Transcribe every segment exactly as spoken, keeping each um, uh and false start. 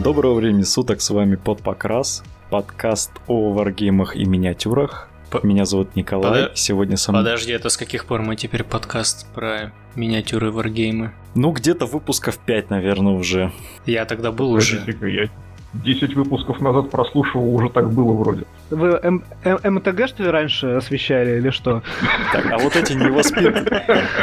Доброго времени суток, с вами Подпокрас, подкаст о варгеймах и миниатюрах. Меня зовут Николай, Под... сегодня со мной... Подожди, это с каких пор мы теперь подкаст про миниатюры и варгеймы? Ну, где-то выпусков пять, наверное, уже. Я тогда был уже. Я десять выпусков назад прослушивал, уже так было вроде. Вы М- М- МТГ, что ли, раньше освещали, или что? Так, а вот эти невоспитанные...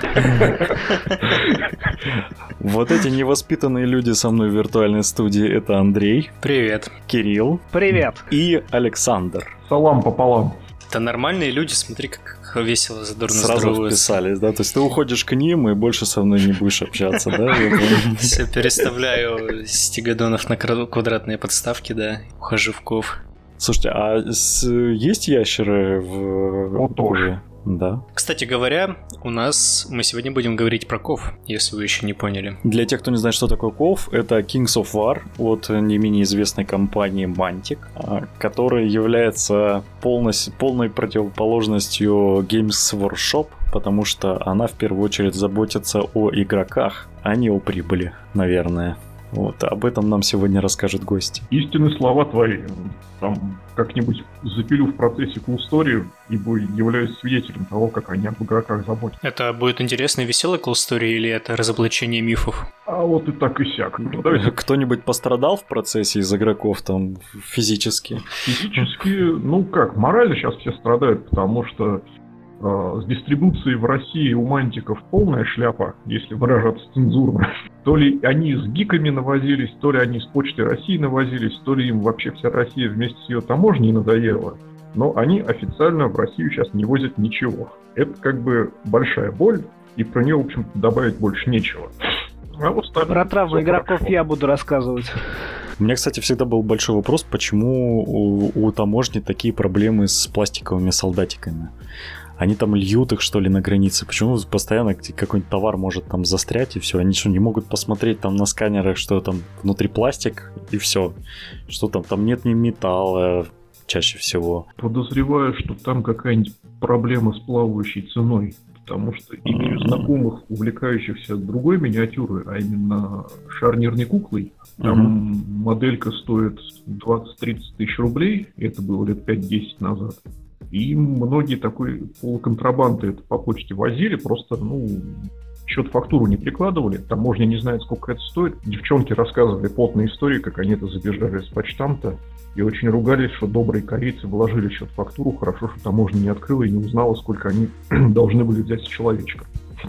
Вот эти невоспитанные люди со мной в виртуальной студии — это Андрей. Привет. Кирилл. Привет. И Александр. Салам пополам. Это нормальные люди, смотри, как весело, задорно Сразу здороваются. вписались, да? То есть ты уходишь к ним и больше со мной не будешь общаться, да? Все, переставляю стегодонов на квадратные подставки, да, ухожу в ков. Слушайте, а есть ящеры в... Вот тоже. Да. Кстати говоря, у нас мы сегодня будем говорить про ков, если вы еще не поняли. Для тех, кто не знает, что такое ков, это Kings of War от не менее известной компании Mantic, которая является полностью, полной противоположностью Games Workshop, потому что она в первую очередь заботится о игроках, а не о прибыли, наверное. Вот, об этом нам сегодня расскажет гость. Истинные слова твои. Там как-нибудь запилю в процессе cool story, ибо являюсь свидетелем того, как они об игроках заботятся. Это будет интересная, веселая cool story или это разоблачение мифов? А вот и так и сяк. Давайте. Кто-нибудь пострадал в процессе из игроков там физически? Физически, ну как, морально сейчас все страдают, потому что э, с дистрибуцией в России у мантиков полная шляпа, если выражаться цензурно. То ли они с гиками навозились, то ли они с Почтой России навозились, то ли им вообще вся Россия вместе с ее таможней надоела. Но они официально в Россию сейчас не возят ничего. Это как бы большая боль, и про нее, в общем-то, добавить больше нечего. А вот про травмы игроков хорошо. Я буду рассказывать. У меня, кстати, всегда был большой вопрос, почему у, у таможни такие проблемы с пластиковыми солдатиками. Они там льют их, что ли, на границе. Почему постоянно какой-нибудь товар может там застрять, и все? Они что, не могут посмотреть там на сканерах, что там внутри пластик, и все? Что там? Там нет ни металла чаще всего. Подозреваю, что там какая-нибудь проблема с плавающей ценой. Потому что имею знакомых, увлекающихся другой миниатюрой, а именно шарнирной куклой. Там uh-huh. моделька стоит двадцать-тридцать тысяч рублей. Это было лет пять-десять назад. И многие такой полуконтрабанды это по почте возили, просто, ну, счет-фактуру не прикладывали, таможня не знает, сколько это стоит. Девчонки рассказывали потные истории, как они это забежали с почтамта, и очень ругались, что добрые корейцы вложили счет-фактуру, хорошо, что таможня не открыла и не узнала, сколько они должны были взять с человечка.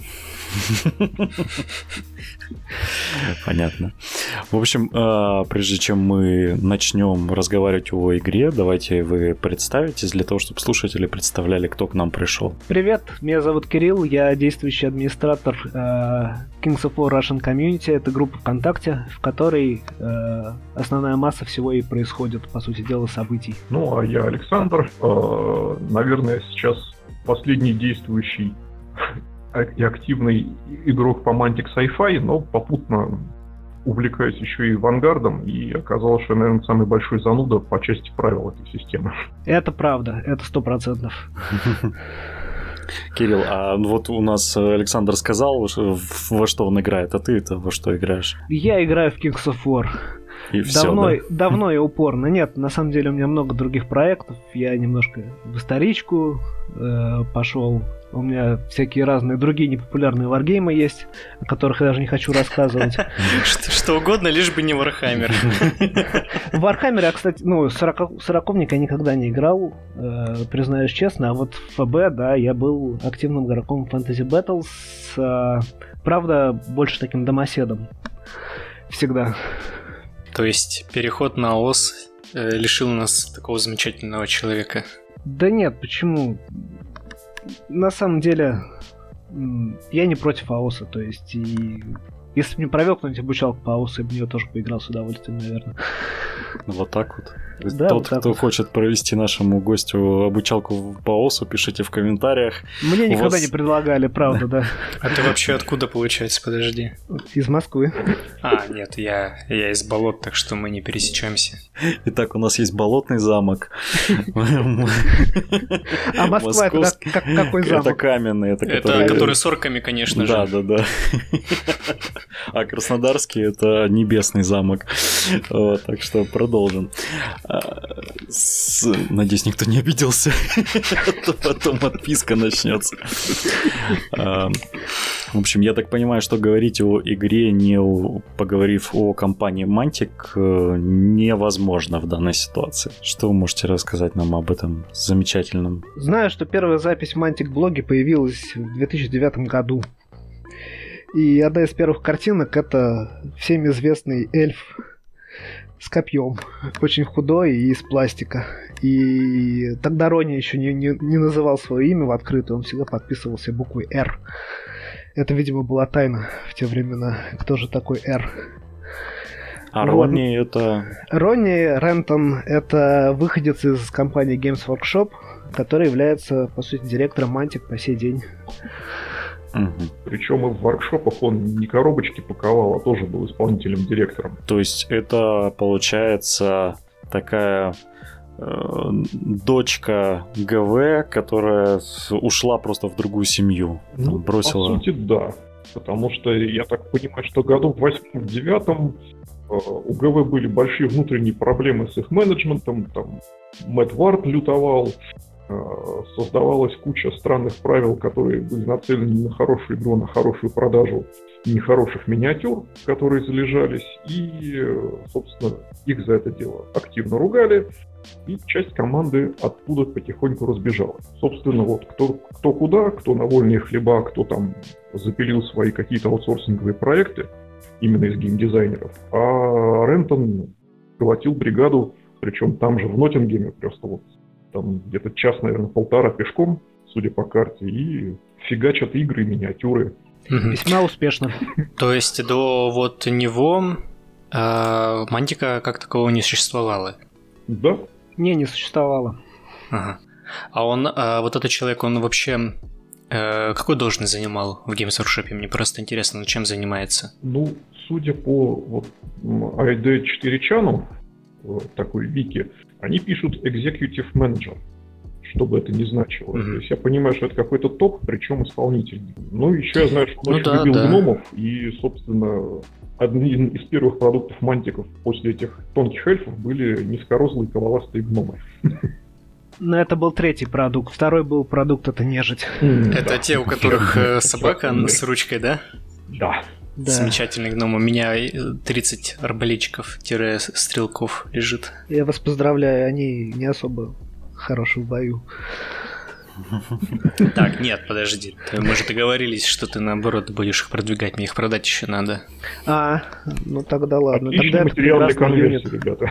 Понятно. В общем, прежде чем мы начнем разговаривать о игре, давайте вы представитесь для того, чтобы слушатели представляли, кто к нам пришел. Привет, меня зовут Кирилл, я действующий администратор Kings of War Russian Community. Это группа ВКонтакте, в которой основная масса всего и происходит, по сути дела, событий. Ну, а я Александр, наверное, сейчас последний действующий и активный игрок по Mantic Sci-Fi, но попутно увлекаюсь еще и Вангардом, и оказалось, что я, наверное, самый большой зануда по части правил этой системы. Это правда, это сто процентов. Кирилл, а вот у нас Александр сказал, во что он играет, а ты-то во что играешь? Я играю в Kings of War. И давно, все, да? давно и упорно. Нет, на самом деле у меня много других проектов. Я немножко в историчку э, пошел. У меня всякие разные другие непопулярные варгеймы есть, о которых я даже не хочу рассказывать. Что угодно, лишь бы не Warhammer. В Warhammer я, кстати, ну, сороковник я никогда не играл, признаюсь честно. А вот в ФБ, да, я был активным игроком Fantasy Battles. Правда, больше таким домоседом. Всегда. То есть переход на ОС лишил нас такого замечательного человека? Да нет, почему? На самом деле, я не против АОСа, то есть, и если бы мне провел кто-нибудь обучалку по АОСу, я бы в нее тоже поиграл с удовольствием, наверное. Вот так вот. Да, Тот, вот так кто вот. хочет провести нашему гостю обучалку по АОСу, пишите в комментариях. Мне никогда вас... не предлагали, правда, да. А ты вообще откуда, получается, подожди? Из Москвы. А, нет, я, я из болот, так что мы не пересечемся. Итак, у нас есть Болотный замок. А Москва это какой замок? Это каменный. Это который с орками, конечно же. Да, да, да. А Краснодарский — это небесный замок. Вот, так что продолжим. С... Надеюсь, никто не обиделся. А то потом отписка начнется. В общем, я так понимаю, что говорить о игре, не поговорив о компании Mantic, невозможно в данной ситуации. Что вы можете рассказать нам об этом замечательном? Знаю, что первая запись в Mantic блоге появилась в две тысячи девятом году. И одна из первых картинок — это всем известный эльф с копьем, очень худой и из пластика. И тогда Ронни еще не, не, не называл свое имя в открытую, он всегда подписывался буквой R. Это, видимо, была тайна в те времена, кто же такой R. А Ронни вот. это... Ронни Рентон — это выходец из компании Games Workshop, который является, по сути, директором Mantic по сей день. Угу. Причем и в воркшопах он не коробочки паковал, а тоже был исполнительным директором. То есть это, получается, такая э, дочка ГВ, которая ушла просто в другую семью. Ну, бросила... По сути, да. Потому что я так понимаю, что году в восьмом-девятом э, у ГВ были большие внутренние проблемы с их менеджментом. Там Мэтт Вард лютовал. Создавалась куча странных правил, которые были нацелены на хорошую игру, на хорошую продажу нехороших миниатюр, которые залежались, и, собственно, их за это дело активно ругали, и часть команды оттуда потихоньку разбежалась. Собственно, вот кто, кто куда, кто на вольные хлеба, кто там запилил свои какие-то аутсорсинговые проекты, именно из геймдизайнеров, а Рентон колотил бригаду, причем там же в Ноттингеме, просто вот там где-то час, наверное, полтора пешком, судя по карте, и фигачат игры и миниатюры. Весьма успешно. То есть до вот него э, Мантика как такового не существовало? Да. Не, не существовало. Ага. А он, э, вот этот человек, он вообще э, какую должность занимал в Games Workshop? Мне просто интересно, чем занимается. Ну, судя по вот, ай ди четыре чану, такой вики, они пишут Executive Manager, что бы это ни значило. Mm-hmm. То есть я понимаю, что это какой-то топ, причем исполнительный. Ну, еще я знаю, что он ну, очень да, любил да. гномов, и, собственно, одни из первых продуктов мантиков после этих тонких эльфов были низкорослые коваластые гномы. Но это был третий продукт. Второй был продукт — это нежить. Mm, это да. те, у которых собака с ручкой, да? Да. Да. Замечательный гном. У меня тридцать арбалетчиков-стрелков лежит. Я вас поздравляю, они не особо хороши в бою. Так, нет, подожди. Мы же договорились, что ты наоборот будешь их продвигать, мне их продать еще надо. А, ну тогда ладно. Отличный тогда материал для конверсии, ребята.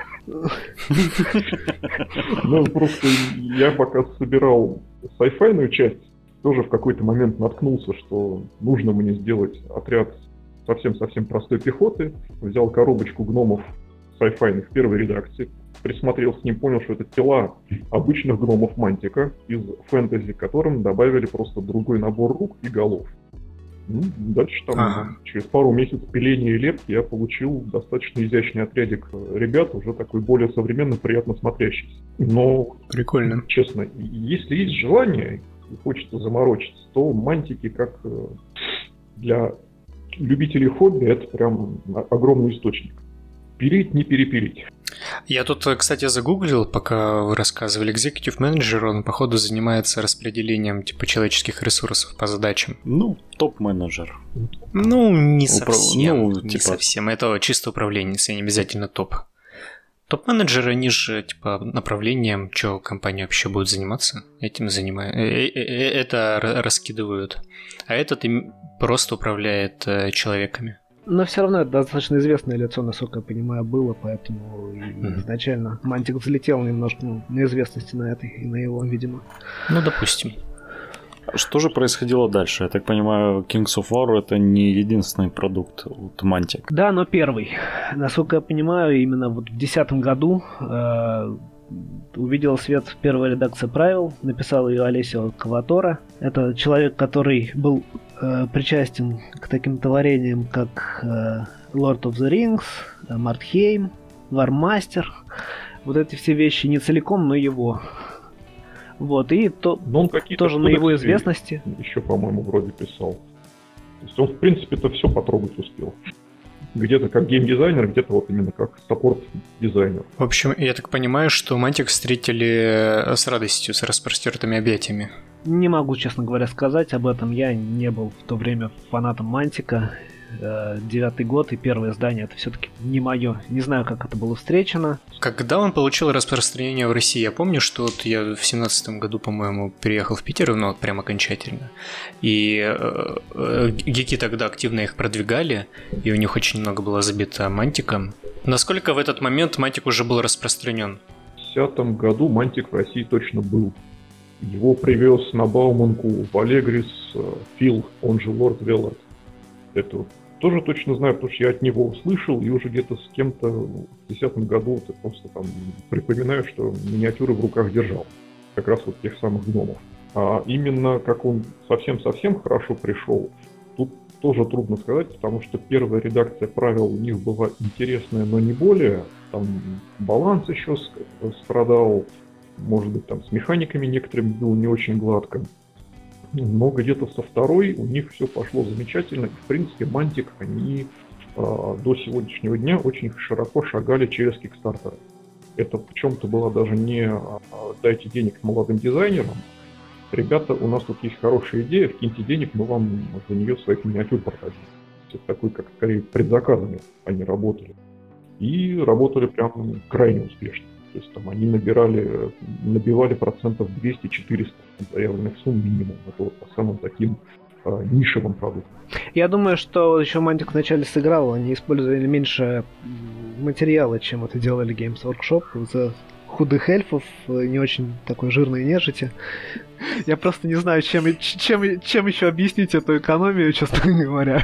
Ну, просто я пока собирал сайфайную часть, тоже в какой-то момент наткнулся, что нужно мне сделать отряд совсем-совсем простой пехоты. Взял коробочку гномов сайфайных первой редакции, присмотрел с ним, понял, что это тела обычных гномов Мантика из фэнтези, которым добавили просто другой набор рук и голов. Ну, дальше там ага. через пару месяцев пиления и лепки я получил достаточно изящный отрядик ребят, уже такой более современно, приятно смотрящийся. Но, прикольно. Честно, если есть желание и хочется заморочиться, то мантики, как для любителей хобби, это прям огромный источник. Пилить, не перепилить. Я тут, кстати, загуглил, пока вы рассказывали. Executive Manager, он, походу, занимается распределением типа человеческих ресурсов по задачам. Ну, топ-менеджер. Ну, не Управ... совсем. Ну, не типа... совсем. Это чисто управление, если не обязательно топ. Топ-менеджеры, они же, типа, направлением, что компания вообще будет заниматься, этим занимают. Это раскидывают. А этот им просто управляет человеками. Но все равно это достаточно известное лицо, насколько я понимаю, было, поэтому mm-hmm. изначально Мантик взлетел немножко ну, на известности на этой и на его, видимо. Ну, допустим. Что же происходило дальше? Я так понимаю, Kings of War — это не единственный продукт от Mantic. Да, но первый. Насколько я понимаю, именно вот в две тысячи десятом году э, увидела свет первая редакция правил, написал ее Олесио Каватора. Это человек, который был э, причастен к таким творениям, как э, Lord of the Rings, Мартхейм, Warmaster. Вот эти все вещи не целиком, но его. Вот, и то, тоже на его известности. Еще, по-моему, вроде писал. То есть он, в принципе-то, все потрогать успел. Где-то как геймдизайнер, где-то вот именно как саппорт-дизайнер. В общем, я так понимаю, что Mantic встретили с радостью, с распростертыми объятиями. Не могу, честно говоря, сказать об этом. Я не был в то время фанатом Мантика. Девятый год и первое издание — это все-таки не мое. Не знаю, как это было встречено. Когда он получил распространение в России? Я помню, что вот я в семнадцатом году, по-моему, переехал в Питер, ну, вот прям окончательно. И э, гики тогда активно их продвигали, и у них очень много было забито Мантиком. Насколько в этот момент Мантик уже был распространен? В десятом году Мантик в России точно был. Его привез на Бауманку в Алегрис Фил, он же Лорд Веллард. Это тоже точно знаю, потому что я от него услышал, и уже где-то с кем-то в десятом году ты просто там припоминаю, что миниатюры в руках держал. Как раз вот тех самых гномов. А именно как он совсем-совсем хорошо пришел, тут тоже трудно сказать, потому что первая редакция правил у них была интересная, но не более. Там баланс еще страдал, может быть, там с механиками некоторыми было не очень гладко. Но где-то со второй у них все пошло замечательно. И, в принципе, Mantic, они э, до сегодняшнего дня очень широко шагали через Kickstarter. Это в чем-то была даже не э, «дайте денег молодым дизайнерам». Ребята, у нас тут есть хорошая идея, вкиньте денег, мы вам за нее своих миниатюр продадим. Это такой, как скорее предзаказами они работали. И работали прям крайне успешно. То есть там они набирали, набивали процентов двести-четыреста заявленных сумм минимум. Это вот по самым таким э, нишевым продуктам. Я думаю, что еще Mantic вначале сыграл, они использовали меньше материала, чем это делали Games Workshop. За худых эльфов, не очень такой жирной нежити. Я просто не знаю, чем, чем, чем еще объяснить эту экономию, честно говоря.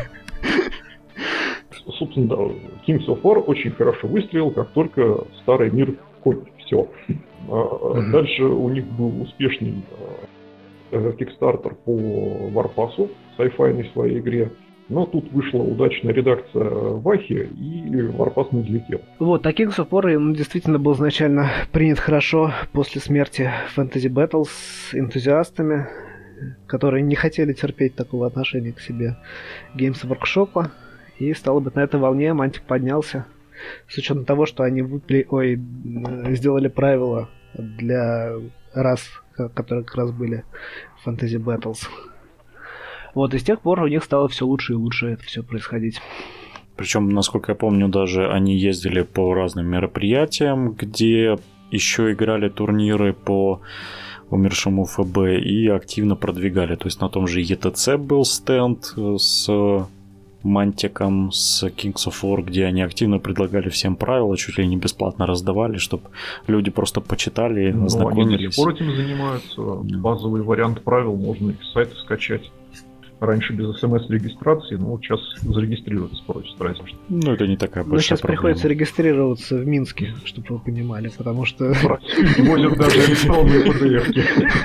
Собственно, да, Kings of War очень хорошо выстрелил, как только старый мир конь. Все. Mm-hmm. Дальше у них был успешный Kickstarter по Warpass, sci-fi своей игре. Но тут вышла удачная редакция Вахи, и Warpass не взлетел. Вот, а Kings of War ну, действительно был изначально принят хорошо после смерти Fantasy Battles с энтузиастами, которые не хотели терпеть такого отношения к себе Games Workshop. И, стало быть, на этой волне Mantic поднялся. С учетом того, что они выпли... Ой, сделали правила для рас, которые как раз были в Fantasy Battles. Вот, и с тех пор у них стало все лучше и лучше это все происходить. Причем, насколько я помню, даже они ездили по разным мероприятиям, где еще играли турниры по умершему эф бэ и активно продвигали. То есть на том же и ти си был стенд с Мантиком, с Kings of War, где они активно предлагали всем правила, чуть ли не бесплатно раздавали, чтобы люди просто почитали, ну, ознакомились. Они до сих пор этим занимаются. Базовый вариант правил можно их с сайта скачать. Раньше без смс-регистрации, но вот сейчас зарегистрироваться просят, разве что. Ну, это не такая большая Но сейчас проблема. приходится регистрироваться в Минске, чтобы вы понимали, потому что... В Россию не возят даже электронные пэ дэ эфки.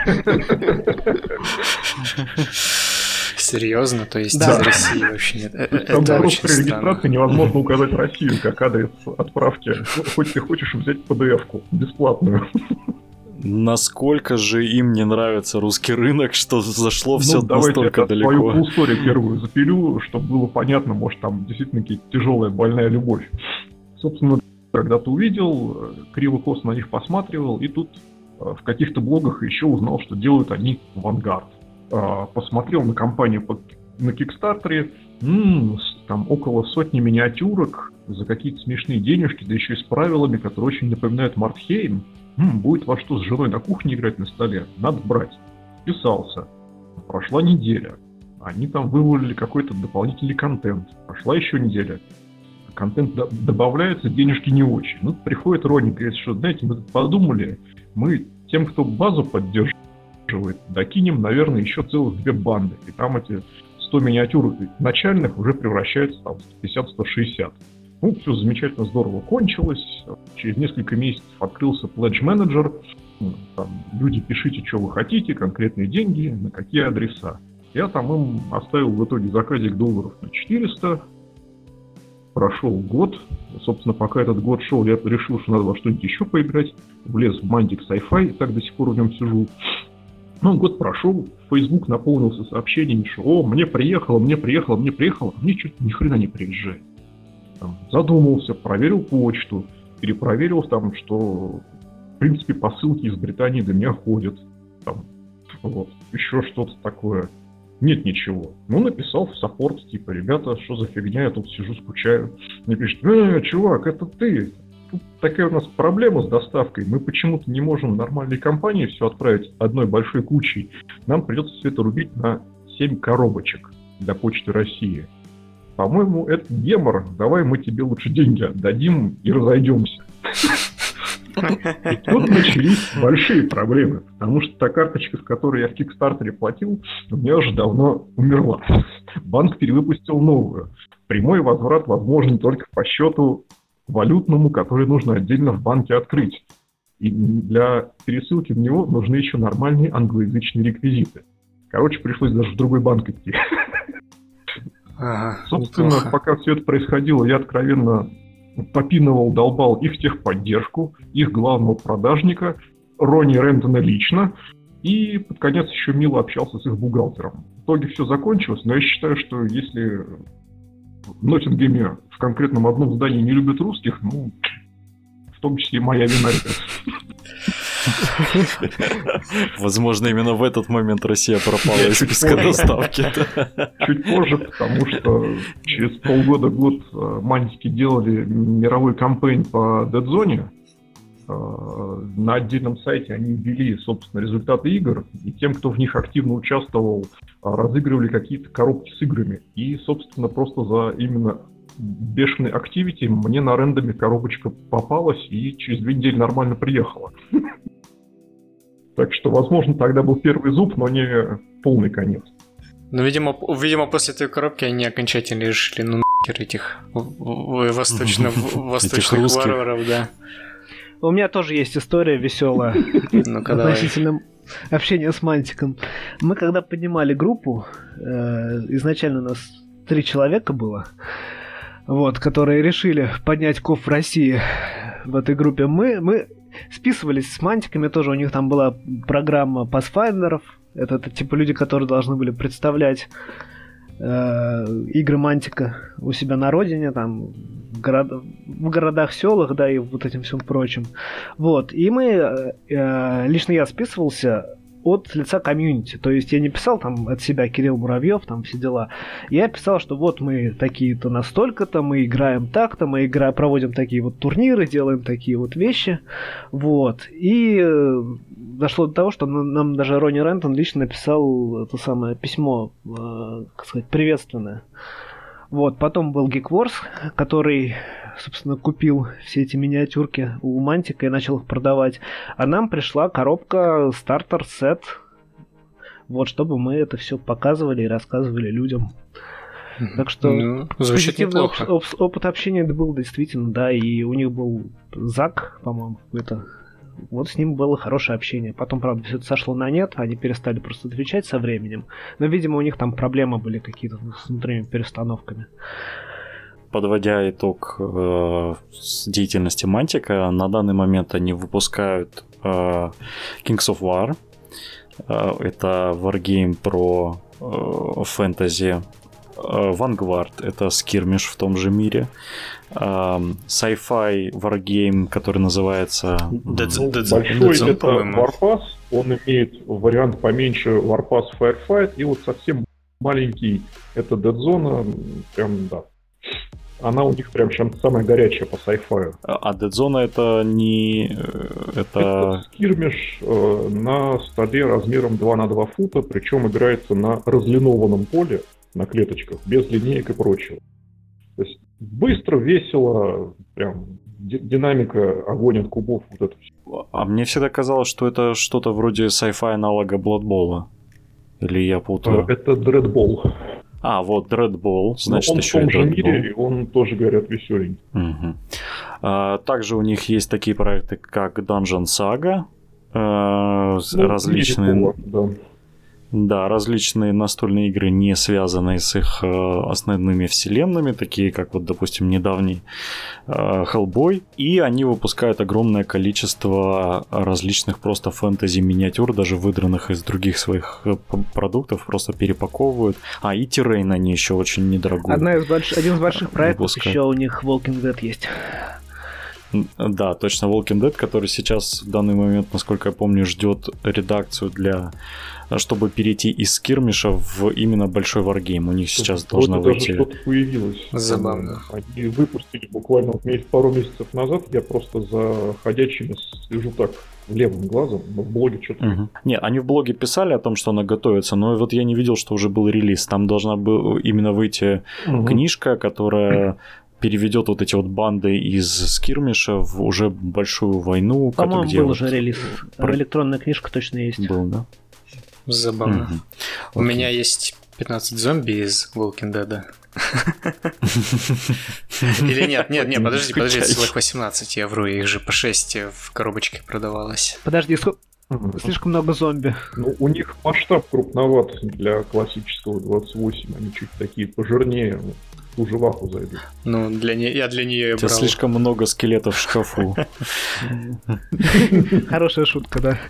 Серьезно? То есть да. из России вообще нет? Там Это просто при очень регистрации странно. невозможно указать Россию как адрес отправки. Хоть ты хочешь взять пэ дэ эфку бесплатную. Насколько же им не нравится русский рынок, что зашло все ну, настолько давайте я свою далеко. историю первую запилю, чтобы было понятно, может, там действительно какая-то тяжелая, больная любовь. Собственно, когда-то увидел, криво-косо на них посматривал, и тут в каких-то блогах еще узнал, что делают они Vanguard. Посмотрел на компанию на Кикстартере, м-м, там около сотни миниатюрок за какие-то смешные денежки, да еще и с правилами, которые очень напоминают Мартхейм. М-м, будет во что с женой на кухне играть на столе, надо брать. Писался. Прошла неделя. Они там вывалили какой-то дополнительный контент. Прошла еще неделя. Контент до- добавляется, денежки не очень. Ну, приходит Рони, говорит, что, знаете, мы тут подумали, мы тем, кто базу поддерживает, докинем, наверное, еще целых две банды. И там эти сто миниатюр начальных уже превращаются там, в сто пятьдесят - сто шестьдесят. Ну, все замечательно, здорово кончилось. Через несколько месяцев открылся Pledge Manager. Там, люди, пишите, что вы хотите, конкретные деньги, на какие адреса. Я там им оставил в итоге заказик долларов на четыреста. Прошел год. Собственно, пока этот год шел, я решил, что надо во что-нибудь еще поиграть. Влез в Mantic Sci-Fi, и так до сих пор в нем сижу. Ну, год прошел, Facebook наполнился сообщениями, что «О, мне приехало, мне приехало, мне приехало», а мне что-то ни хрена не приезжает. Там, задумался, проверил почту, перепроверил там, что в принципе посылки из Британии до меня ходят. Там, вот, еще что-то такое. Нет ничего. Ну, написал в саппорт, типа, ребята, что за фигня, я тут сижу, скучаю. Мне пишут, э, чувак, это ты. Тут такая у нас проблема с доставкой. Мы почему-то не можем нормальной компании все отправить одной большой кучей. Нам придется все это рубить на семь коробочек для Почты России. По-моему, это гемор. Давай мы тебе лучше деньги отдадим и разойдемся. И тут начались большие проблемы, потому что та карточка, с которой я в Кикстартере платил, у меня уже давно умерла. Банк перевыпустил новую. Прямой возврат возможен только по счету валютному, который нужно отдельно в банке открыть. И для пересылки в него нужны еще нормальные англоязычные реквизиты. Короче, пришлось даже в другой банк идти. Ага, Собственно, неплохо. пока все это происходило, я откровенно попиновал, долбал их техподдержку, их главного продажника, Ронни Рентона лично, и под конец еще мило общался с их бухгалтером. В итоге все закончилось, но я считаю, что если в Ноттингеме в конкретном одном здании не любят русских, ну, в том числе моя вина, ребят. Возможно, именно в этот момент Россия пропала из списка доставки. Чуть позже, потому что через полгода-год мантики делали мировой кампейн по Dead Zone. На отдельном сайте они ввели, собственно, результаты игр, и тем, кто в них активно участвовал, разыгрывали какие-то коробки с играми. И, собственно, просто за именно бешеный активити мне на рендоме коробочка попалась и через две недели нормально приехала. Так что, возможно, тогда был первый зуб, но не полный конец. Ну, видимо, видимо, после этой коробки они окончательно решили, ну, нахер этих восточных варваров, да. У меня тоже есть история веселая относительно общения с Мантиком. Мы когда поднимали группу, изначально у нас три человека было, вот, которые решили поднять ков в России в этой группе. Мы, мы списывались с Мантиками тоже, у них там была программа пасфайндеров. Это, это типа люди, которые должны были представлять э, игры Мантика у себя на родине, там, в, город, в городах, селах, да, и вот этим всем прочим. Вот, и мы, э, лично я списывался от лица комьюнити. То есть я не писал там от себя Кирилл Муравьев, там все дела. Я писал, что вот мы такие-то настолько-то, мы играем так-то, мы играем, проводим такие вот турниры, делаем такие вот вещи. Вот. И э, дошло до того, что нам даже Ронни Рентон лично написал это самое письмо, э, как сказать, приветственное. Вот. Потом был Geekworks, который, собственно, купил все эти миниатюрки у Мантика и начал их продавать. А нам пришла коробка стартер сет. Вот, чтобы мы это все показывали и рассказывали людям. Mm-hmm. Так что ну, позитивный оп- оп- опыт общения был действительно, да. И у них был Зак, по-моему, какой-то. Вот с ним было хорошее общение. Потом, правда, все это сошло на нет, они перестали просто отвечать со временем. Но, видимо, у них там проблемы были какие-то с внутренними перестановками. Подводя итог э, деятельности Мантика, на данный момент они выпускают э, Kings of War. Э, это варгейм про э, фэнтези. Э, Vanguard — это скирмиш в том же мире. Э, sci-fi варгейм, который называется... Dead, ну, Dead, большой Dead Zone, это Warpath. Он имеет вариант поменьше Warpath Firefight. И вот совсем маленький это Dead Zone. Прям, да. Она у них прям самая горячая по sci-fi. А Dead Zone это не... Это, это скирмиш э, на столе размером два на два фута, причем играется на разлинованном поле, на клеточках, без линеек и прочего. То есть быстро, весело, прям динамика, огонь от кубов. Вот это все. А мне всегда казалось, что это что-то вроде sci-fi аналога Blood Bowl. Или я путаю? Это Dreadball. А, вот Dreadball, значит, он еще в том и же Dreadball. мире, и он тоже, говорят, веселенький. Угу. А, также у них есть такие проекты, как Dungeon Saga, э, Ну, различные... Мирикова, да. Да, различные настольные игры, не связанные с их э, основными вселенными, такие как, вот, допустим, недавний э, Hellboy. И они выпускают огромное количество различных просто фэнтези-миниатюр, даже выдранных из других своих продуктов, просто перепаковывают. А, и Terrain они еще очень недорогой. Одна из больш... Один из больших проектов выпускают. Еще у них Walking Dead есть. Да, точно, Walking Dead, который сейчас в данный момент, насколько я помню, ждет редакцию для... чтобы перейти из скирмиша в именно большой варгейм. У них сейчас вот должна даже выйти... что-то появилось. Забавно. Они выпустили буквально вот пару месяцев назад. Я просто за ходячими слежу так левым глазом, но в блоге что-то... Угу. Нет, они в блоге писали о том, что она готовится, но вот я не видел, что уже был релиз. Там должна была именно выйти угу. книжка, которая... переведет вот эти вот банды из скирмиша в уже большую войну. По-моему, где был вот... уже релиз. Про... Электронная книжка точно есть. Был, да? Забавно. Угу. У okay. меня есть пятнадцать зомби из Walking Dead. Или нет, нет, нет, подожди, подожди, целых восемнадцать, я вру, их же по шесть в коробочке продавалось. Подожди, слишком много зомби. Ну, у них масштаб крупноват для классического двадцать восемь, они чуть такие пожирнее. В живаху зайду. Ну, для не... я для нее и брал. Слишком много скелетов в шкафу. Хорошая шутка, да.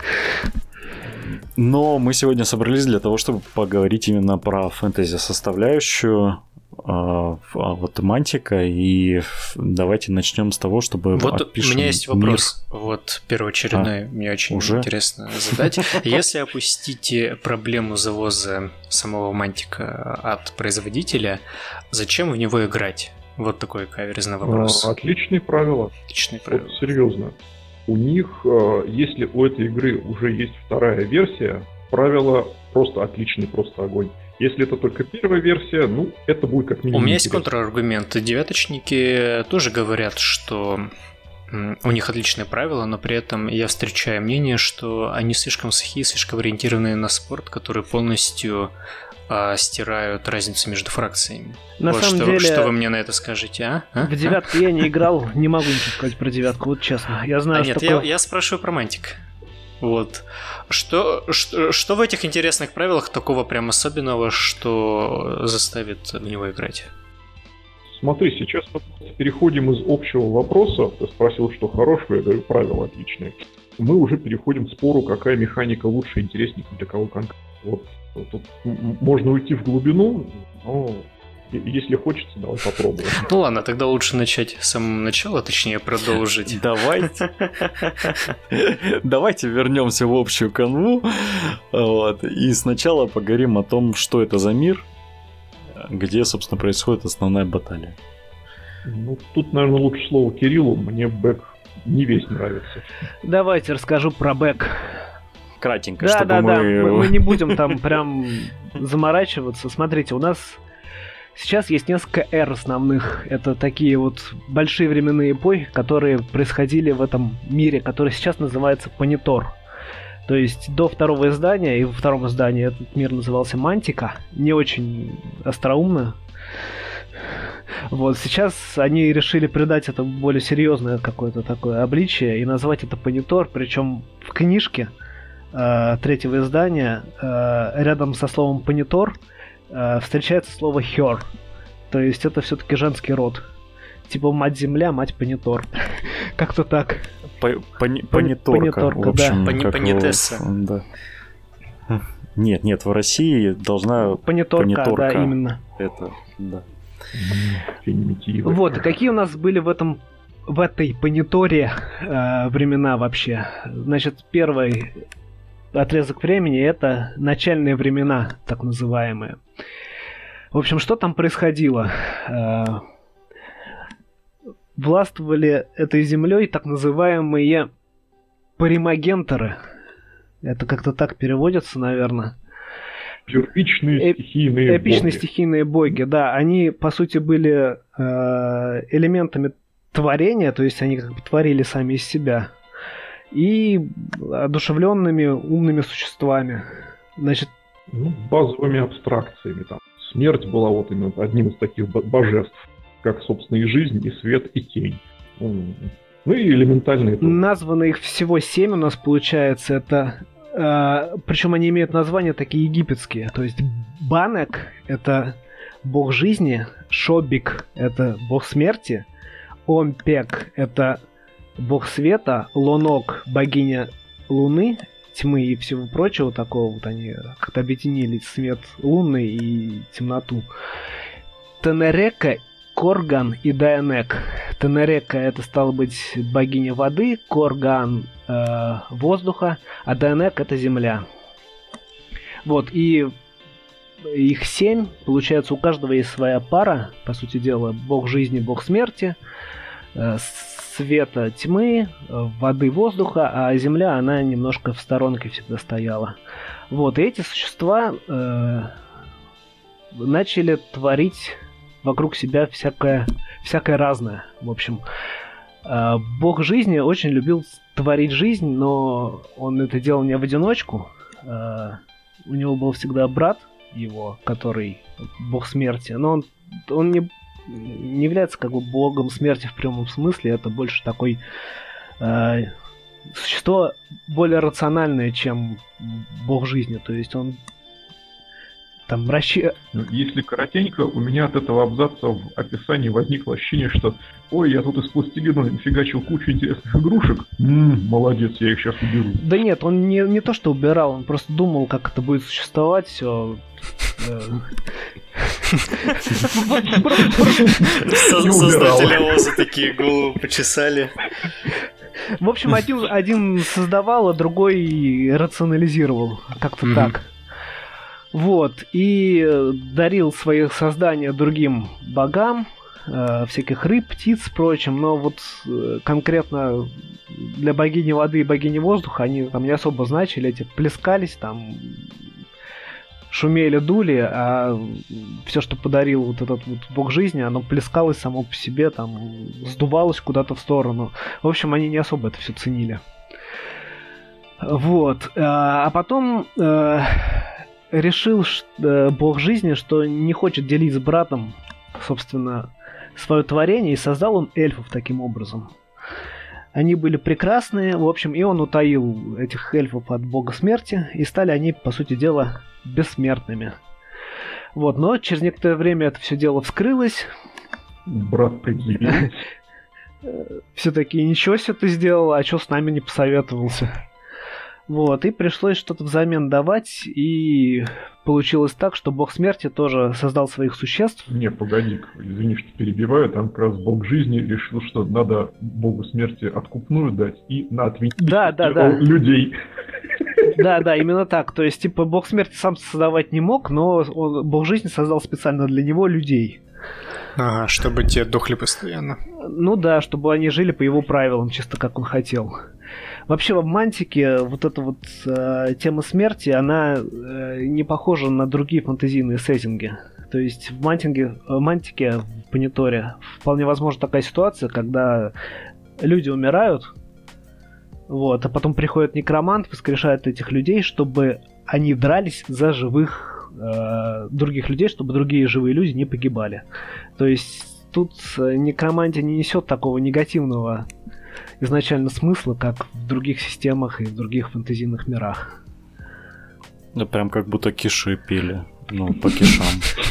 Но мы сегодня собрались для того, чтобы поговорить именно про фэнтези-составляющую, а вот Мантика, и давайте начнем с того, чтобы вот опишем у меня есть вопрос, мир. Вот первоочередной, а, мне очень уже? интересно задать. Если опустите проблему завоза самого Мантика от производителя, зачем в него играть? Вот такой каверзный вопрос. А, отличные правила. Отличные правила. Вот, серьезно. У них, если у этой игры уже есть вторая версия, правила просто отличные, просто огонь. Если это только первая версия, ну, это будет как минимум. У меня есть интересно. контраргумент. Девяточники тоже говорят, что у них отличные правила, но при этом я встречаю мнение, что они слишком сухие, слишком ориентированы на спорт, который полностью а, стирают разницу между фракциями. На вот самом что, деле, что вы мне на это скажете, а? а? В девятку я не играл, не могу ничего сказать про девятку, вот честно. Я знаю, а нет, что... я, я спрашиваю про Мантик. Вот. Что, что, что в этих интересных правилах такого прям особенного, что заставит в него играть? Смотри, сейчас мы переходим из общего вопроса. Ты спросил, что хорошего, я говорю, правила отличные. Мы уже переходим к спору, какая механика лучше, интереснее, для кого конкретно. Вот, тут можно уйти в глубину, но если хочется, давай попробуем. Ну ладно, тогда лучше начать с самого начала, точнее продолжить. Давайте. Давайте вернемся в общую канву. Вот, и сначала поговорим о том, что это за мир, где, собственно, происходит основная баталия. Ну, тут, наверное, лучше слово Кириллу. Мне бэк не весь нравится. Давайте расскажу про бэк. Кратенько, да, чтобы да, мы... Да, мы... мы не будем там прям заморачиваться. Смотрите, у нас сейчас есть несколько эр основных. Это такие вот большие временные эпохи, которые происходили в этом мире, который сейчас называется Панитор. То есть до второго издания, и во втором издании этот мир назывался Мантика. Не очень остроумно. Вот, сейчас они решили придать это более серьезное какое-то такое обличие и назвать это Панитор. Причем в книжке э, третьего издания э, рядом со словом Панитор э, встречается слово Хёр. То есть это все-таки женский род. Типа мать-земля, мать Панитор. Как-то так. Паниторка, в общем, да. Панитесса. Да. Нет, нет, в России должна... Паниторка, паниторка. Да, именно. Это, да. Вот, какие у нас были в этом, в этой Паниторе э, времена вообще? Значит, первый отрезок времени — это начальные времена, так называемые. В общем, что там происходило? Э, властвовали этой землей так называемые паримагенторы. Это как-то так переводится, наверное. Эпичные стихийные Эпичные боги. стихийные боги, да. Они, по сути, были э, элементами творения, то есть они как бы творили сами из себя, и одушевленными умными существами. Значит, ну, базовыми абстракциями там. Смерть была вот именно одним из таких божеств, как, собственно, и жизнь, и свет, и тень. Ну и элементальные... Названо их всего семь у нас получается. Это Э, причем они имеют названия такие египетские. То есть Банек — это бог жизни, Шобик — это бог смерти, Омпек — это бог света, Лонок — богиня луны, тьмы и всего прочего такого. Вот они как-то объединили свет лунный и темноту. Тенерека, Корган и Дайанек. Тенерека — это, стало быть, богиня воды, Корган э, — воздуха, а Дайанек — это земля. Вот, и их семь. Получается, у каждого есть своя пара, по сути дела, бог жизни, бог смерти, э, света, тьмы, воды, воздуха, а земля, она немножко в сторонке всегда стояла. Вот, и эти существа э, начали творить вокруг себя всякое, всякое разное. В общем, э, бог жизни очень любил творить жизнь, но он это делал не в одиночку. Э, у него был всегда брат его, который бог смерти, но он, он не, не является как бы богом смерти в прямом смысле, это больше такой э, существо более рациональное, чем бог жизни, то есть он там расщ... Если коротенько, у меня от этого абзаца в описании возникло ощущение, что ой, я тут из пластилина фигачил кучу интересных игрушек. М-м, молодец, я их сейчас уберу. Да нет, он не, не то что убирал, он просто думал, как это будет существовать, все. Создатели ОЗа такие голову почесали. В общем, один, один создавал, а другой рационализировал. Как-то mm-hmm. так. Вот. И дарил свои создания другим богам, э, всяких рыб, птиц, прочим. Но вот э, конкретно для богини воды и богини воздуха они там не особо значили. Эти плескались там, шумели, дули, а все, что подарил вот этот вот бог жизни, оно плескалось само по себе, там, сдувалось куда-то в сторону. В общем, они не особо это все ценили. Вот. А потом э, решил что, бог жизни, что не хочет делить с братом, собственно, свое творение, и создал он эльфов таким образом. Они были прекрасные, в общем, и он утаил этих эльфов от бога смерти, и стали они, по сути дела, бессмертными. Вот, но через некоторое время это все дело вскрылось. Брат предъявил. Все-таки ничего себе ты сделал, а что с нами не посоветовался? Вот, и пришлось что-то взамен давать, и получилось так, что бог смерти тоже создал своих существ. Не, погоди, извини, что перебиваю, там как раз бог жизни решил, что надо богу смерти откупную дать и на отвинить да, да, да. людей. Да, да, именно так. То есть, типа, бог смерти сам создавать не мог, но он, бог жизни создал специально для него людей. Ага, чтобы те дохли постоянно. Ну да, чтобы они жили по его правилам, чисто как он хотел. Вообще в Мантике вот эта вот э, тема смерти, она э, не похожа на другие фэнтезийные сеттинги. То есть в Мантике, в Мантике, в Паниторе вполне возможна такая ситуация, когда люди умирают, вот, а потом приходит некромант, воскрешает этих людей, чтобы они дрались за живых э, других людей, чтобы другие живые люди не погибали. То есть тут некромантия не несет такого негативного изначально смысла, как в других системах и в других фэнтезийных мирах. Да прям как будто киши пили. Ну, по кишам.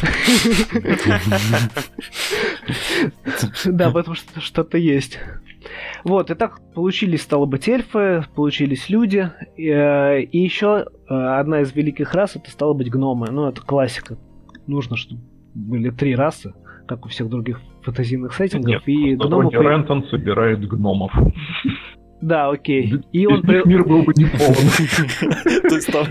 Да, в этом что-то есть. Вот, и так получились, стало быть, эльфы, получились люди. И еще одна из великих рас, это стало быть гномы. Ну, это классика. Нужно, чтобы были три расы, как у всех других фэнтезийных сеттингов. Нет, и гномов... Рентон собирает гномов. Да, окей. И он при... мир был бы не полон. То есть там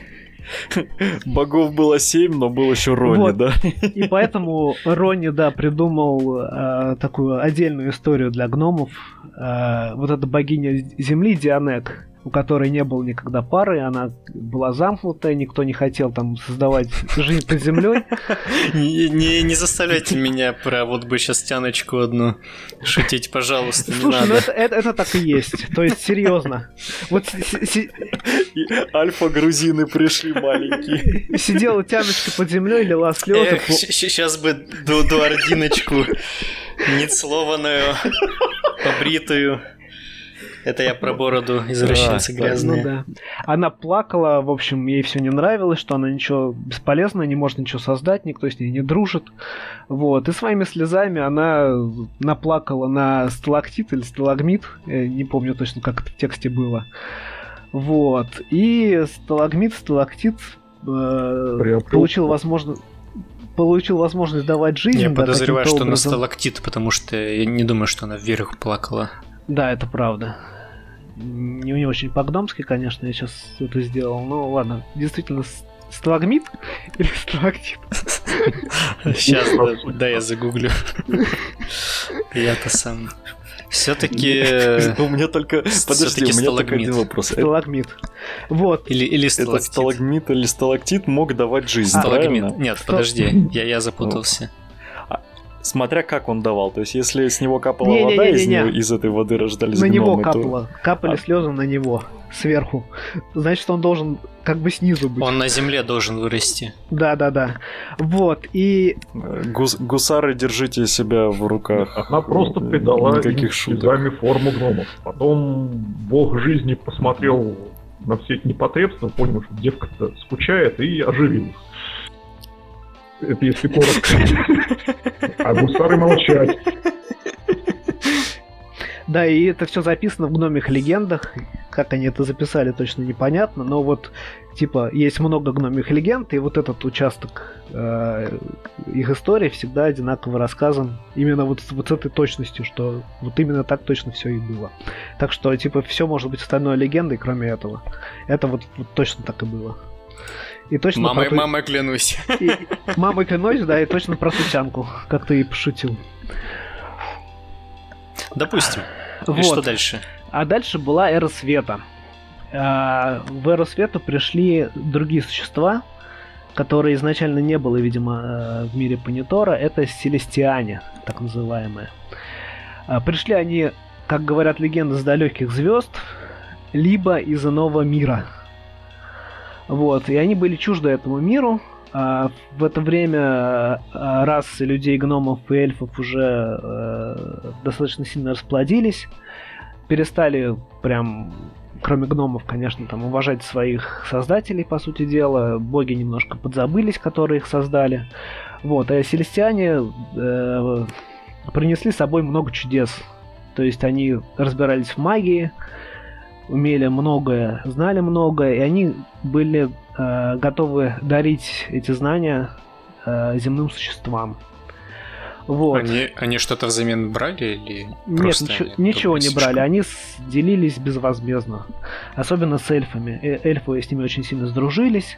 богов было семь, но был еще Рони, вот. Да? И поэтому Рони, да, придумал э, такую отдельную историю для гномов. Э, вот эта богиня земли Дианек, у которой не было никогда пары, она была замкнутая, никто не хотел там создавать жизнь под землей. Не, не, не заставляйте меня про вот бы сейчас тяночку одну шутить, пожалуйста, не Слушай, надо. ну это, это, это так и есть. То есть, серьезно. Вот альфа-грузины пришли маленькие. Сидела тяночка под землей, лила слезы. Сейчас бы дуардиночку нецлованную, побритую. Это я про бороду извращенца грязная. Ну да. Она плакала, в общем, ей все не нравилось, что она ничего бесполезна, не может ничего создать, никто с ней не дружит. Вот. И своими слезами она наплакала на сталактит или сталагмит, я не помню точно, как это в тексте было. Вот. И сталагмит, сталактит э, получил возможность... получил возможность давать жизнь. Я да, подозреваю, что образом. на сталактит, потому что я не думаю, что она вверх плакала. Да, это правда. Не, не очень по-гномски, конечно, я сейчас это сделал. Ну ладно, действительно, сталагмит или сталактит? Сейчас, да, я загуглю. Я-то сам... Все-таки... У меня только... Подожди, у меня только один вопрос. Сталагмит. Вот. Или, или сталактит. Это сталагмит или сталактит мог давать жизнь, сталагмит. правильно? Нет, подожди, я, я запутался. Смотря как он давал. То есть, если с него капала не, вода, не, не, из, не. него, из этой воды рождались на гномы, него то... капало. Капали а. слезы на него. Сверху. Значит, он должен как бы снизу быть. Он на земле должен вырасти. Да-да-да. Вот, и... Гус- гусары, держите себя в руках. Она просто придала им слезами форму гномов. Потом бог жизни посмотрел на все эти непотребства, понял, что девка-то скучает, и оживил их. Это если коротко. А гусары молчать. Да, и это все записано в гномих легендах. Как они это записали, точно непонятно. Но вот, типа, есть много гномих легенд, и вот этот участок э, их истории всегда одинаково рассказан. Именно вот, вот с этой точностью, что вот именно так точно все и было. Так что, типа, все может быть остальной легендой, кроме этого. Это вот, вот точно так и было. И точно мамой, про... мамой клянусь. И... Мамой клянусь, да, и точно про сучанку, как ты и пошутил. Допустим. Вот. И что дальше? А дальше была эра света. В эру света пришли другие существа, которые изначально не было, видимо, в мире Панитора. Это селестиане, так называемые. Пришли они, как говорят легенды, с далеких звезд, либо из иного мира. Вот, и они были чужды этому миру. А в это время расы людей, гномов и эльфов уже э, достаточно сильно расплодились. Перестали прям, кроме гномов, конечно, там уважать своих создателей, по сути дела. Боги немножко подзабылись, которые их создали. Вот, а селестиане э, принесли с собой много чудес. То есть они разбирались в магии, умели многое, знали многое, и они были э, готовы дарить эти знания э, земным существам. Вот. Они, они что-то взамен брали или Нет, ничего, ничего не брали, они делились безвозмездно. Особенно с эльфами. Э, эльфы с ними очень сильно сдружились.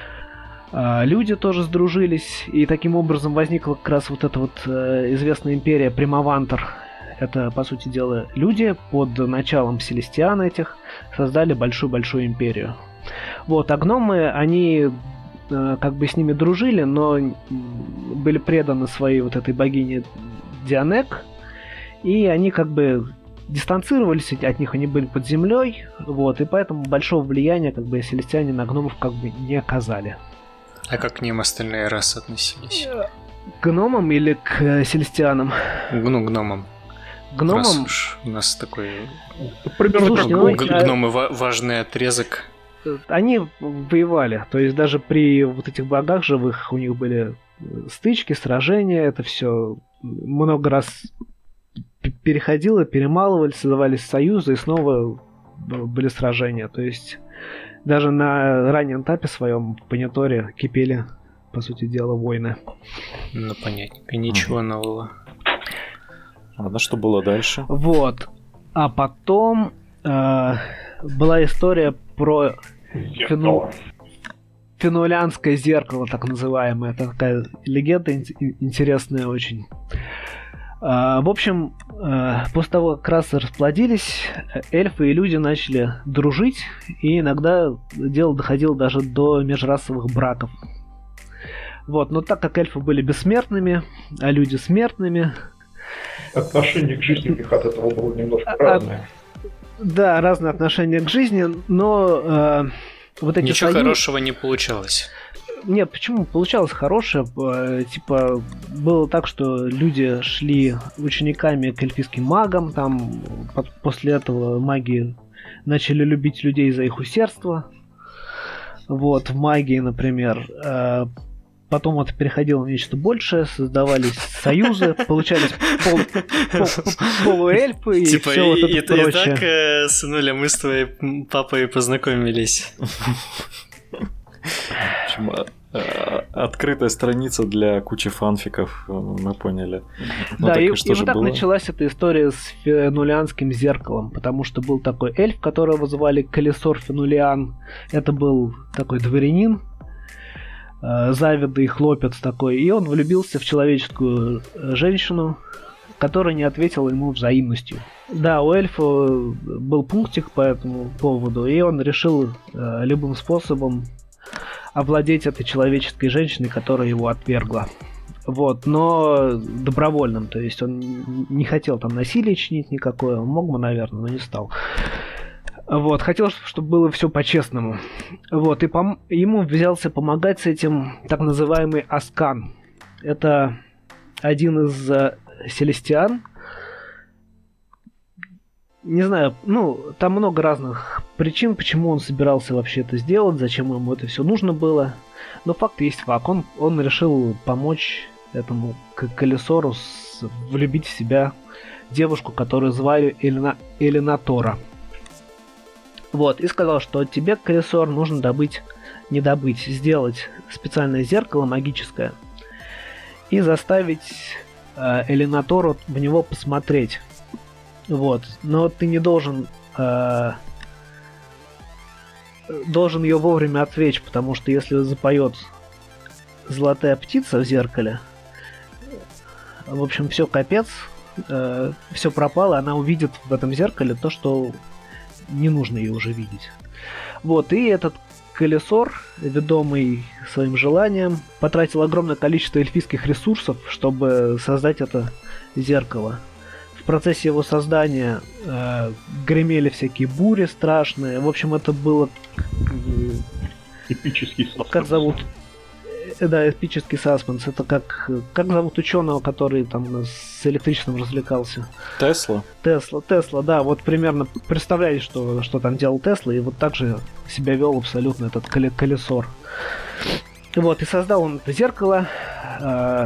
Э, люди тоже сдружились. И таким образом возникла как раз вот эта вот э, известная империя Примавантор. Это, по сути дела, люди под началом селестиан этих создали большую-большую империю. Вот, а гномы, они э, как бы с ними дружили, но были преданы своей вот этой богине Дионек, и они как бы дистанцировались от них, они были под землей, вот, и поэтому большого влияния как бы селестиане на гномов как бы не оказали. А как к ним остальные расы относились? К гномам или к селестианам? Ну, гномам. Гномам... Раз уж у нас такой примерно Слушайте, как ну, г- а... гномы ва- важный отрезок. Они воевали, то есть даже при вот этих богах живых у них были стычки, сражения, это все много раз переходило, перемалывали, создавались союзы и снова были сражения. То есть даже на раннем этапе своем в Паниторе кипели, по сути дела, войны. Ну, понятненько, ничего угу. нового. Ладно, что было дальше? Вот. А потом э, была история про фену... фенулянское зеркало, так называемое. Это такая легенда интересная очень. Э, в общем, э, после того, как расы расплодились, эльфы и люди начали дружить, и иногда дело доходило даже до межрасовых браков. Вот. Но так как эльфы были бессмертными, а люди смертными, отношение к жизни у них от этого было немножко разное. Да, разные отношения к жизни, но э, вот эти Ничего союз... хорошего не получалось. Нет, почему? Получалось хорошее. Э, типа, было так, что люди шли учениками к эльфийским магам, там после этого маги начали любить людей за их усердство. Вот, в магии, например, потом это переходило в нечто большее, создавались союзы, получались пол, пол, полуэльфы и типа, все вот это и, прочее. И так, э, сынуля, мы с твоей папой познакомились. Открытая страница для кучи фанфиков, мы поняли. Ну, да, так, и, и, и вот так было? Началась эта история с фенулианским зеркалом, потому что был такой эльф, которого звали Калисор Фенулиан. Это был такой дворянин, завидный хлопец такой, и он влюбился в человеческую женщину, которая не ответила ему взаимностью. Да, у эльфа был пунктик по этому поводу, и он решил э, любым способом овладеть этой человеческой женщиной, которая его отвергла. Вот, но добровольным, то есть он не хотел там насилие чинить никакое, он мог бы, наверное, но не стал. Вот, хотел, чтобы было все по-честному. Вот, и пом- ему взялся помогать с этим так называемый Аскан. Это один из э, селестиан. Не знаю, ну, там много разных причин, почему он собирался вообще это сделать, зачем ему это все нужно было. Но факт есть факт. Он, он решил помочь этому Калисору с, влюбить в себя девушку, которую звали Элина, Элинатора. Вот, и сказал, что тебе, Калисор, нужно добыть, не добыть, сделать специальное зеркало магическое и заставить э, Элинатору в него посмотреть. Вот, но ты не должен э, должен ее вовремя отвлечь, потому что если запоет золотая птица в зеркале, в общем, все капец, э, все пропало, она увидит в этом зеркале то, что не нужно ее уже видеть. Вот, и этот Калисор, ведомый своим желанием, потратил огромное количество эльфийских ресурсов, чтобы создать это зеркало. В процессе его создания э, гремели всякие бури страшные. В общем, это было... Э, эпический саспенс. Как зовут? Э, да, эпический саспенс. Это как... Как зовут ученого, который там с электричеством развлекался? Тесла? Тесла, Тесла, да. Вот примерно представляете, что, что там делал Тесла, и вот так же себя вел абсолютно этот Калисор. Вот, и создал он это зеркало... Э,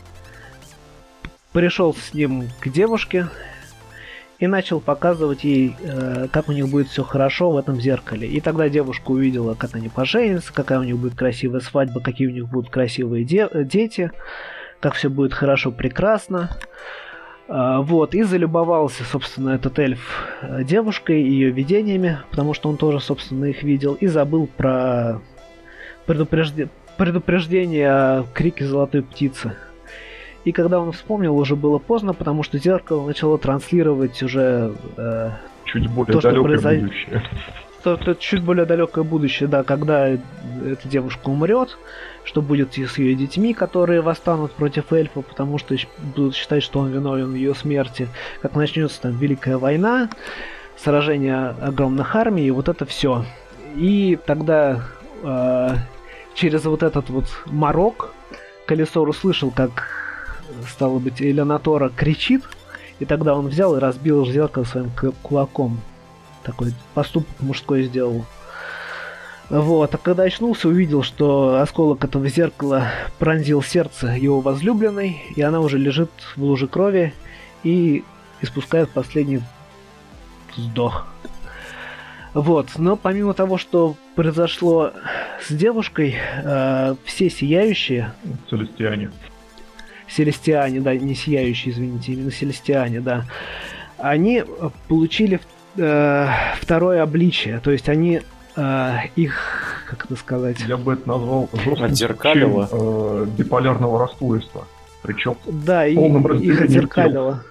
пришел с ним к девушке и начал показывать ей, э, как у них будет все хорошо в этом зеркале. И тогда девушка увидела, как они поженятся, какая у них будет красивая свадьба, какие у них будут красивые де- дети, как все будет хорошо, прекрасно. Э, вот, и залюбовался, собственно, этот эльф девушкой и ее видениями, потому что он тоже, собственно, их видел, и забыл про предупрежде- предупреждение о крике золотой птицы. И когда он вспомнил, уже было поздно, потому что зеркало начало транслировать уже э, чуть более то, далекое произойд... будущее. То, то, чуть более далекое будущее, да, когда эта девушка умрет, что будет с ее детьми, которые восстанут против эльфа, потому что будут считать, что он виновен в ее смерти, как начнется там Великая война, сражение огромных армий, и вот это все. И тогда э, через вот этот вот морок Калисор услышал, как стало быть, Элинатора кричит, и тогда он взял и разбил зеркало своим кулаком. Такой поступок мужской сделал. Вот, а когда очнулся, увидел, что осколок этого зеркала пронзил сердце его возлюбленной, и она уже лежит в луже крови и испускает последний вздох. Вот, но помимо того, что произошло с девушкой, э, все сияющие... Целестиане. Селестиане, да, не сияющие, извините, именно селестиане, да, они получили э, второе обличие, то есть они э, их, как это сказать... Я бы это назвал жестким отзеркалило э, биполярного расстройства, причем да, и, их отзеркалило.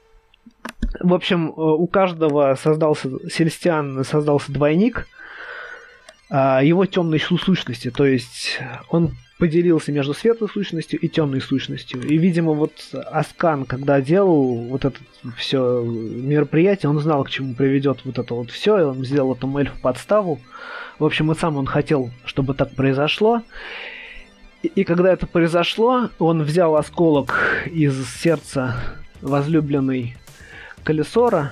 В общем, у каждого создался, селестиан создался двойник э, его темной сущности, то есть он поделился между светлой сущностью и темной сущностью. И, видимо, вот Аскан, когда делал вот это все мероприятие, он знал, к чему приведет вот это вот все, и он сделал этому эльфу подставу. В общем, и сам он хотел, чтобы так произошло. И, и когда это произошло, он взял осколок из сердца возлюбленной Калисора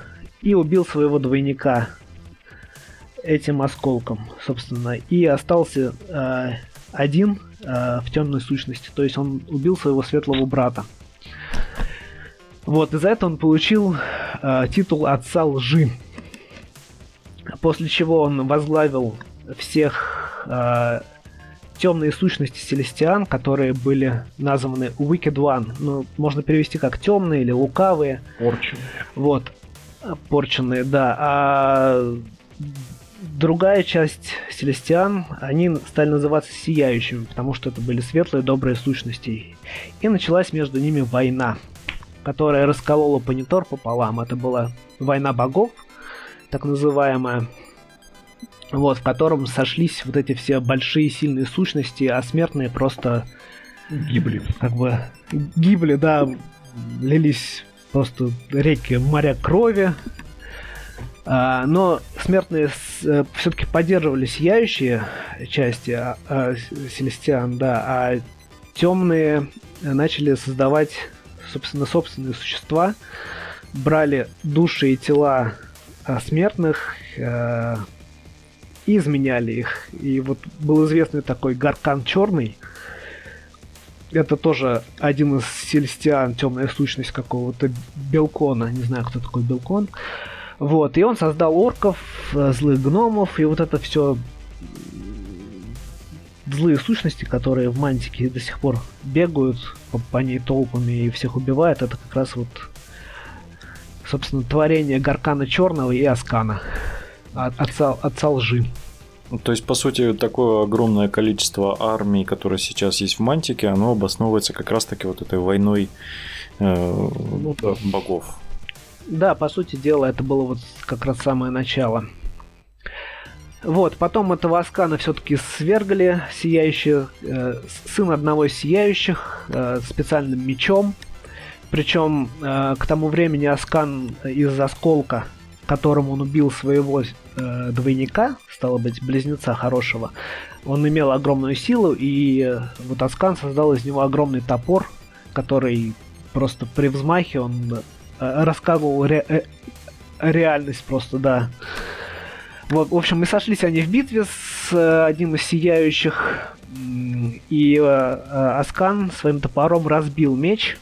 и убил своего двойника этим осколком, собственно, и остался э, один э, в темной сущности, то есть он убил своего светлого брата. Вот, и за это он получил э, титул отца лжи, после чего он возглавил всех э, темные сущности Селестиан, которые были названы Wicked One, ну, можно перевести как темные или лукавые. Порченные. Вот, порченные, да, а другая часть Селестиан, они стали называться Сияющими, потому что это были светлые, добрые сущности. И началась между ними война, которая расколола Понитор пополам. Это была война богов, так называемая, вот, в котором сошлись вот эти все большие сильные сущности, а смертные просто гибли. Как бы гибли, да, лились просто реки, моря крови. А, но смертные с, все-таки поддерживали сияющие части а, а, Селестиан, да, а темные начали создавать, собственно, собственные существа, брали души и тела а, смертных а, и изменяли их. И вот был известный такой Гаркан Черный. Это тоже один из Селестиан, темная сущность какого-то Белкона. Не знаю, кто такой Белкон. Вот, и он создал орков, злых гномов, и вот это все злые сущности, которые в Мантике до сих пор бегают по, по ней толпами и всех убивают, это как раз вот, собственно, творение Гаркана Черного и Аскана, отца, отца лжи. То есть, по сути, такое огромное количество армий, которые сейчас есть в Мантике, оно обосновывается как раз-таки вот этой войной э, ну, да, богов. Да, по сути дела, это было вот как раз самое начало. Вот, потом этого Аскана все-таки свергли сияющие, э, сын одного из сияющих э, специальным мечом. Причем э, к тому времени Аскан из осколка, которым он убил своего э, двойника, стало быть, близнеца хорошего, он имел огромную силу, и э, вот Аскан создал из него огромный топор, который просто при взмахе он рассказывал ре- э- реальность просто, да. Вот, в общем, и сошлись они в битве с э, одним из сияющих, и э, э, Аскан своим топором разбил меч.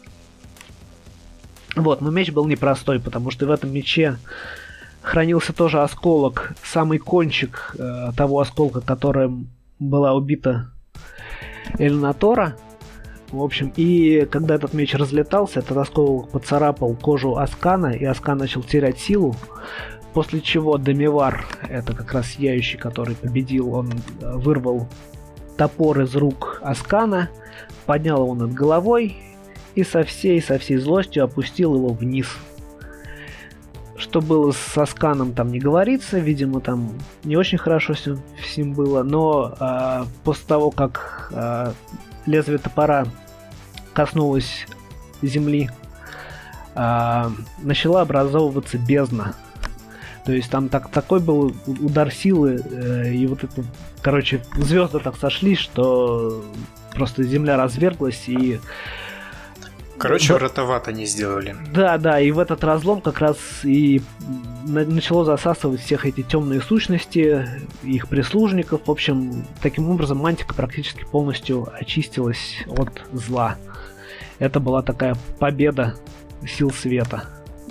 Вот, но меч был непростой, потому что в этом мече хранился тоже осколок, самый кончик э, того осколка, которым была убита Эльнатора. В общем, и когда этот меч разлетался, этот осколок поцарапал кожу Аскана, и Аскан начал терять силу, после чего Демивар, это как раз сияющий, который победил, он вырвал топор из рук Аскана, поднял его над головой и со всей, со всей злостью опустил его вниз. Что было с Асканом, там не говорится, видимо, там не очень хорошо с ним, с ним было, но а, после того, как а, лезвие топора коснулось земли, а, начала образовываться бездна. То есть там так, такой был удар силы, э, и вот это, короче, звезды так сошлись, что просто земля разверглась, и... Короче, да, ротовато не сделали. Да, да, и в этот разлом как раз и начало засасывать всех эти темные сущности, их прислужников. В общем, таким образом Мантика практически полностью очистилась от зла. Это была такая победа сил света.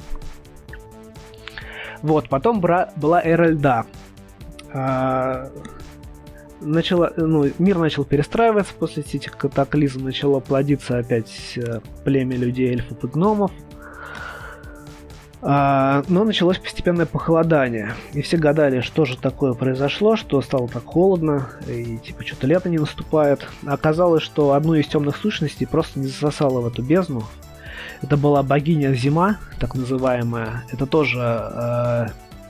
Вот, потом бра- была эра льда. А- начала, ну, мир начал перестраиваться после этих катаклизм, начало плодиться опять племя людей, эльфов и гномов. А, но началось постепенное похолодание. И все гадали, что же такое произошло, что стало так холодно, и типа что-то лето не наступает. Оказалось, что одну из темных сущностей просто не засосало в эту бездну. Это была богиня Зима, так называемая. Это тоже э,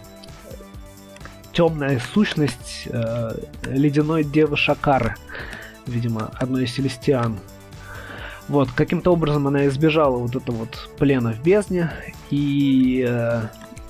темная сущность э, ледяной девы Шакары, видимо, одной из Селестиан. Вот, каким-то образом она избежала вот этого вот плена в бездне и э,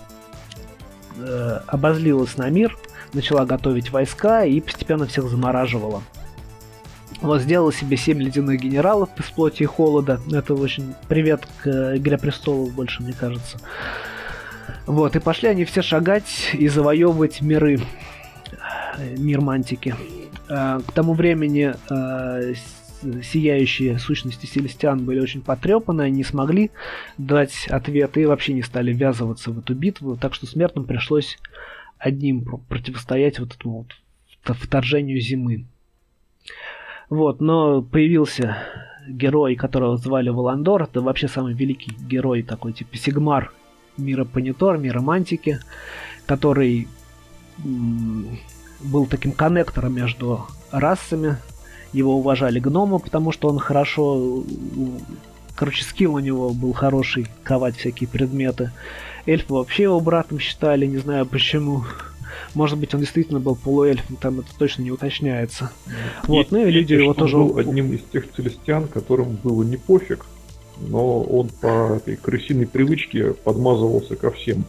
э, обозлилась на мир, начала готовить войска и постепенно всех замораживала. Вот, сделала себе семь ледяных генералов из плоти и холода. Это очень привет к «Игре престолов» больше, мне кажется. Вот, и пошли они все шагать и завоевывать миры. Мир Мантики. К тому времени сияющие сущности Селестиан были очень потрепаны, они не смогли дать ответ и вообще не стали ввязываться в эту битву, так что смертным пришлось одним противостоять вот этому вот вторжению зимы. Вот, но появился герой, которого звали Валандор, это вообще самый великий герой, такой типа Сигмар мира Панитор, мира Мантики, который м- был таким коннектором между расами. Его уважали гномы, потому что он хорошо... Короче, скилл у него был хороший, ковать всякие предметы. Эльфы вообще его братом считали, не знаю почему. Может быть, он действительно был полуэльфом, там это точно не уточняется. Вот, ну и люди его тоже... Он был одним из тех целестиан, которым было не пофиг, но он по этой крысиной привычке подмазывался ко всем.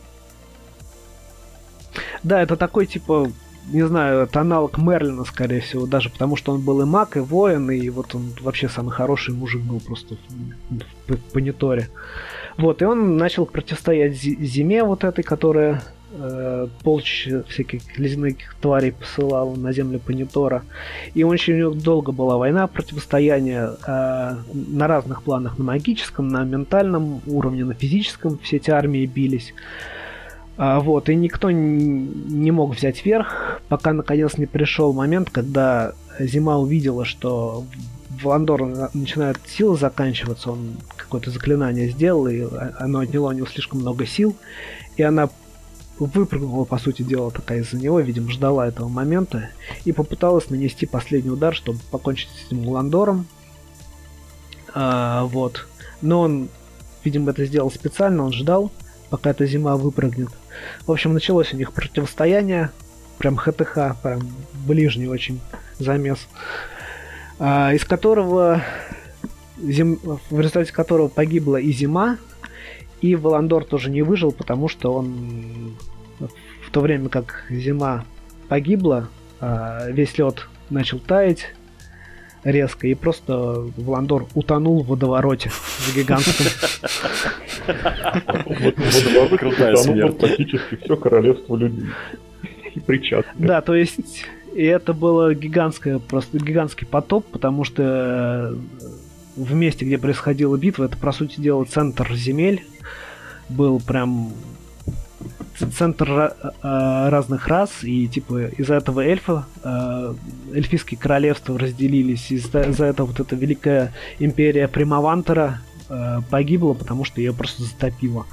Да, это такой, типа... Не знаю, это аналог Мерлина, скорее всего, даже потому что он был и маг, и воин, и вот он вообще самый хороший мужик был просто в, в Паниторе. Вот, и он начал противостоять зиме вот этой, которая э, полчища всяких ледяных тварей посылала на землю Панитора. И очень долго была война, противостояние э, на разных планах, на магическом, на ментальном уровне, на физическом, все эти армии бились. А, вот, и никто не мог взять верх, пока наконец не пришел момент, когда зима увидела, что Валандор начинает силы заканчиваться, он какое-то заклинание сделал, и оно отняло у него слишком много сил, и она выпрыгнула, по сути дела, такая из-за него, видимо, ждала этого момента, и попыталась нанести последний удар, чтобы покончить с этим Валандором. А, вот. Но он, видимо, это сделал специально, он ждал, пока эта зима выпрыгнет. В общем, началось у них противостояние, прям ХТХ, прям ближний очень замес, а, из которого зим... в результате которого погибла и зима, и Валандор тоже не выжил, потому что он в то время как зима погибла, а, весь лед начал таять резко, и просто Валандор утонул в водовороте в гигантском. Крутая смерть. Практически все королевство людей и причастных. Да, то есть и это было гигантское, просто гигантский потоп, потому что в месте, где происходила битва, это, по сути дела, центр земель, был прям центр разных рас, и типа из-за этого эльфа, эльфийские королевства разделились, из-за, из-за этого вот эта великая империя Примавантера погибла, потому что ее просто затопило.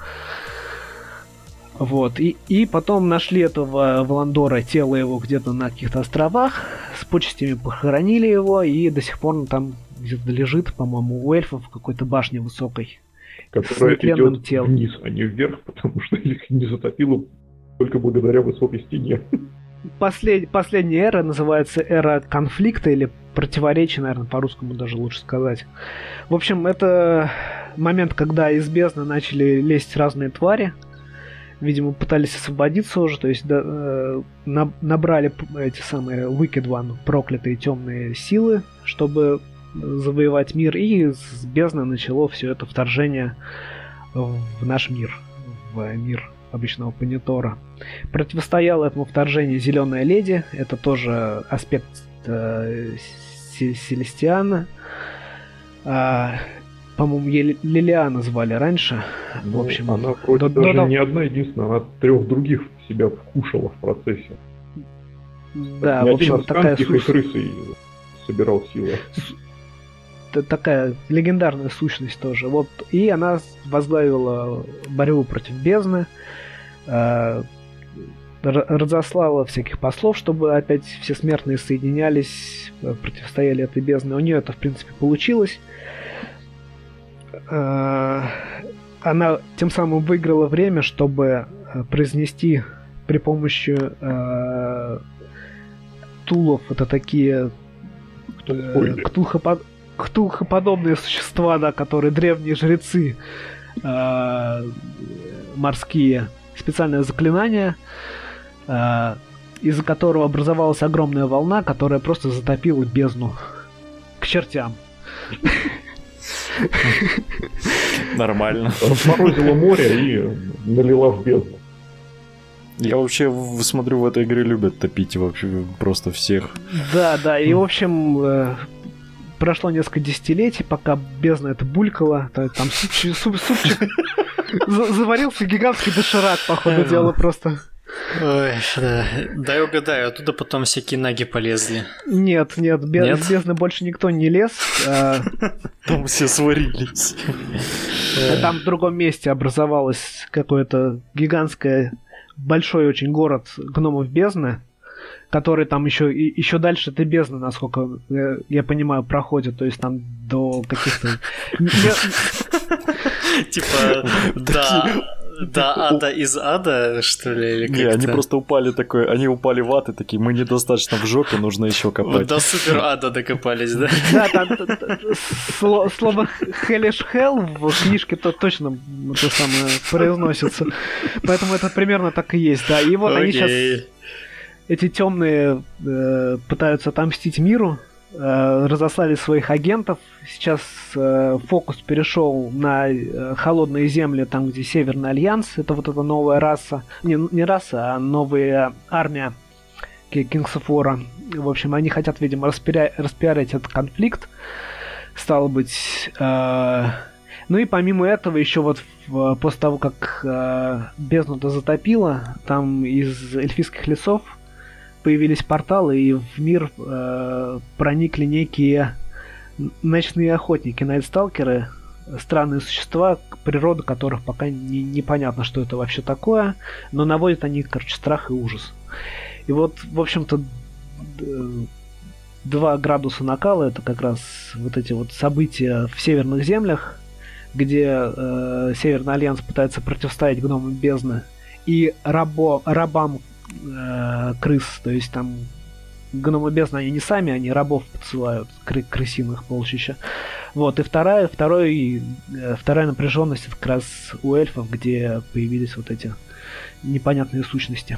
Вот, и, и потом нашли этого Валандора, тело его где-то на каких-то островах, с почестями похоронили его, и до сих пор он там где-то лежит, по-моему, у эльфов в какой-то башне высокой. Которая идет телом вниз, а не вверх, потому что их не затопило только благодаря высокой стене. Послед... Последняя эра называется эра конфликта или противоречия, наверное, по-русскому даже лучше сказать. В общем, это момент, когда из бездны начали лезть разные твари. Видимо, пытались освободиться уже, то есть да, э, на... набрали эти самые Wicked One, проклятые темные силы, чтобы завоевать мир, и с бездны начало все это вторжение в наш мир, в мир обычного Панитора. Противостояла этому вторжению Зеленая Леди, это тоже аспект э, Селестиана. А, по-моему, ее Лилиана звали раньше. Ну, в общем, она вроде до, даже до... не одна единственная, она трех других себя вкушала в процессе. Да, в общем, такая сущность. Крысой собирал силы. Такая легендарная сущность тоже. Вот. И она возглавила борьбу против бездны, э, разослала всяких послов, чтобы опять все смертные соединялись, противостояли этой бездне. У нее это, в принципе, получилось. Э, она тем самым выиграла время, чтобы произнести при помощи э, тулов, это такие э, ктулхоподобные ктулхоподобные существа, да, которые древние жрецы э, морские, специальное заклинание, э, из-за которого образовалась огромная волна, которая просто затопила бездну к чертям. Нормально. Разморозила море и налила в бездну. Я вообще смотрю, в этой игре любят топить вообще просто всех. Да, да, и в общем прошло несколько десятилетий, пока бездна это булькала, там супчик, суп, супчик заварился гигантский доширак, походу дела просто. Ой, да. Дай угадаю, оттуда потом всякие наги полезли. Нет, нет, без, нет? в бездны больше никто не лез. А... Там все сварились. Там в другом месте образовалось какое-то гигантское, большой очень город гномов бездны, который там еще, еще дальше этой бездны, насколько я, я понимаю, проходит, то есть там до каких-то... Типа, да... Да, ада из ада, что ли? Или не, они просто упали такой, они упали в ад и такие, мы недостаточно в жопе, нужно еще копать. Вот до супер ада докопались, да? Да, там слово hellish hell в книжке то точно то самое произносится. Поэтому это примерно так и есть, да. И вот они сейчас, эти темные, пытаются отомстить миру, разослали своих агентов. Сейчас э, фокус перешел на э, холодные земли, там, где Северный Альянс. Это вот эта новая раса. Не, не раса, а новая армия Kings of War. В общем, они хотят, видимо, распиарить, распиарить этот конфликт. Стало быть... Э, ну и помимо этого, еще вот в, после того, как э, бездну-то затопило, там из эльфийских лесов появились порталы, и в мир э, проникли некие ночные охотники, найтсталкеры, странные существа, природа которых пока не, непонятно, что это вообще такое, но наводят они, короче, страх и ужас. И вот, в общем-то, два градуса накала — это как раз вот эти вот события в северных землях, где э, Северный Альянс пытается противостоять гномам бездны и рабо, рабам крыс, то есть там гномы бездны, они не сами, они рабов подсылают, кры- крысиных полчища. Вот, и вторая, второй, вторая напряженность это как раз у эльфов, где появились вот эти непонятные сущности.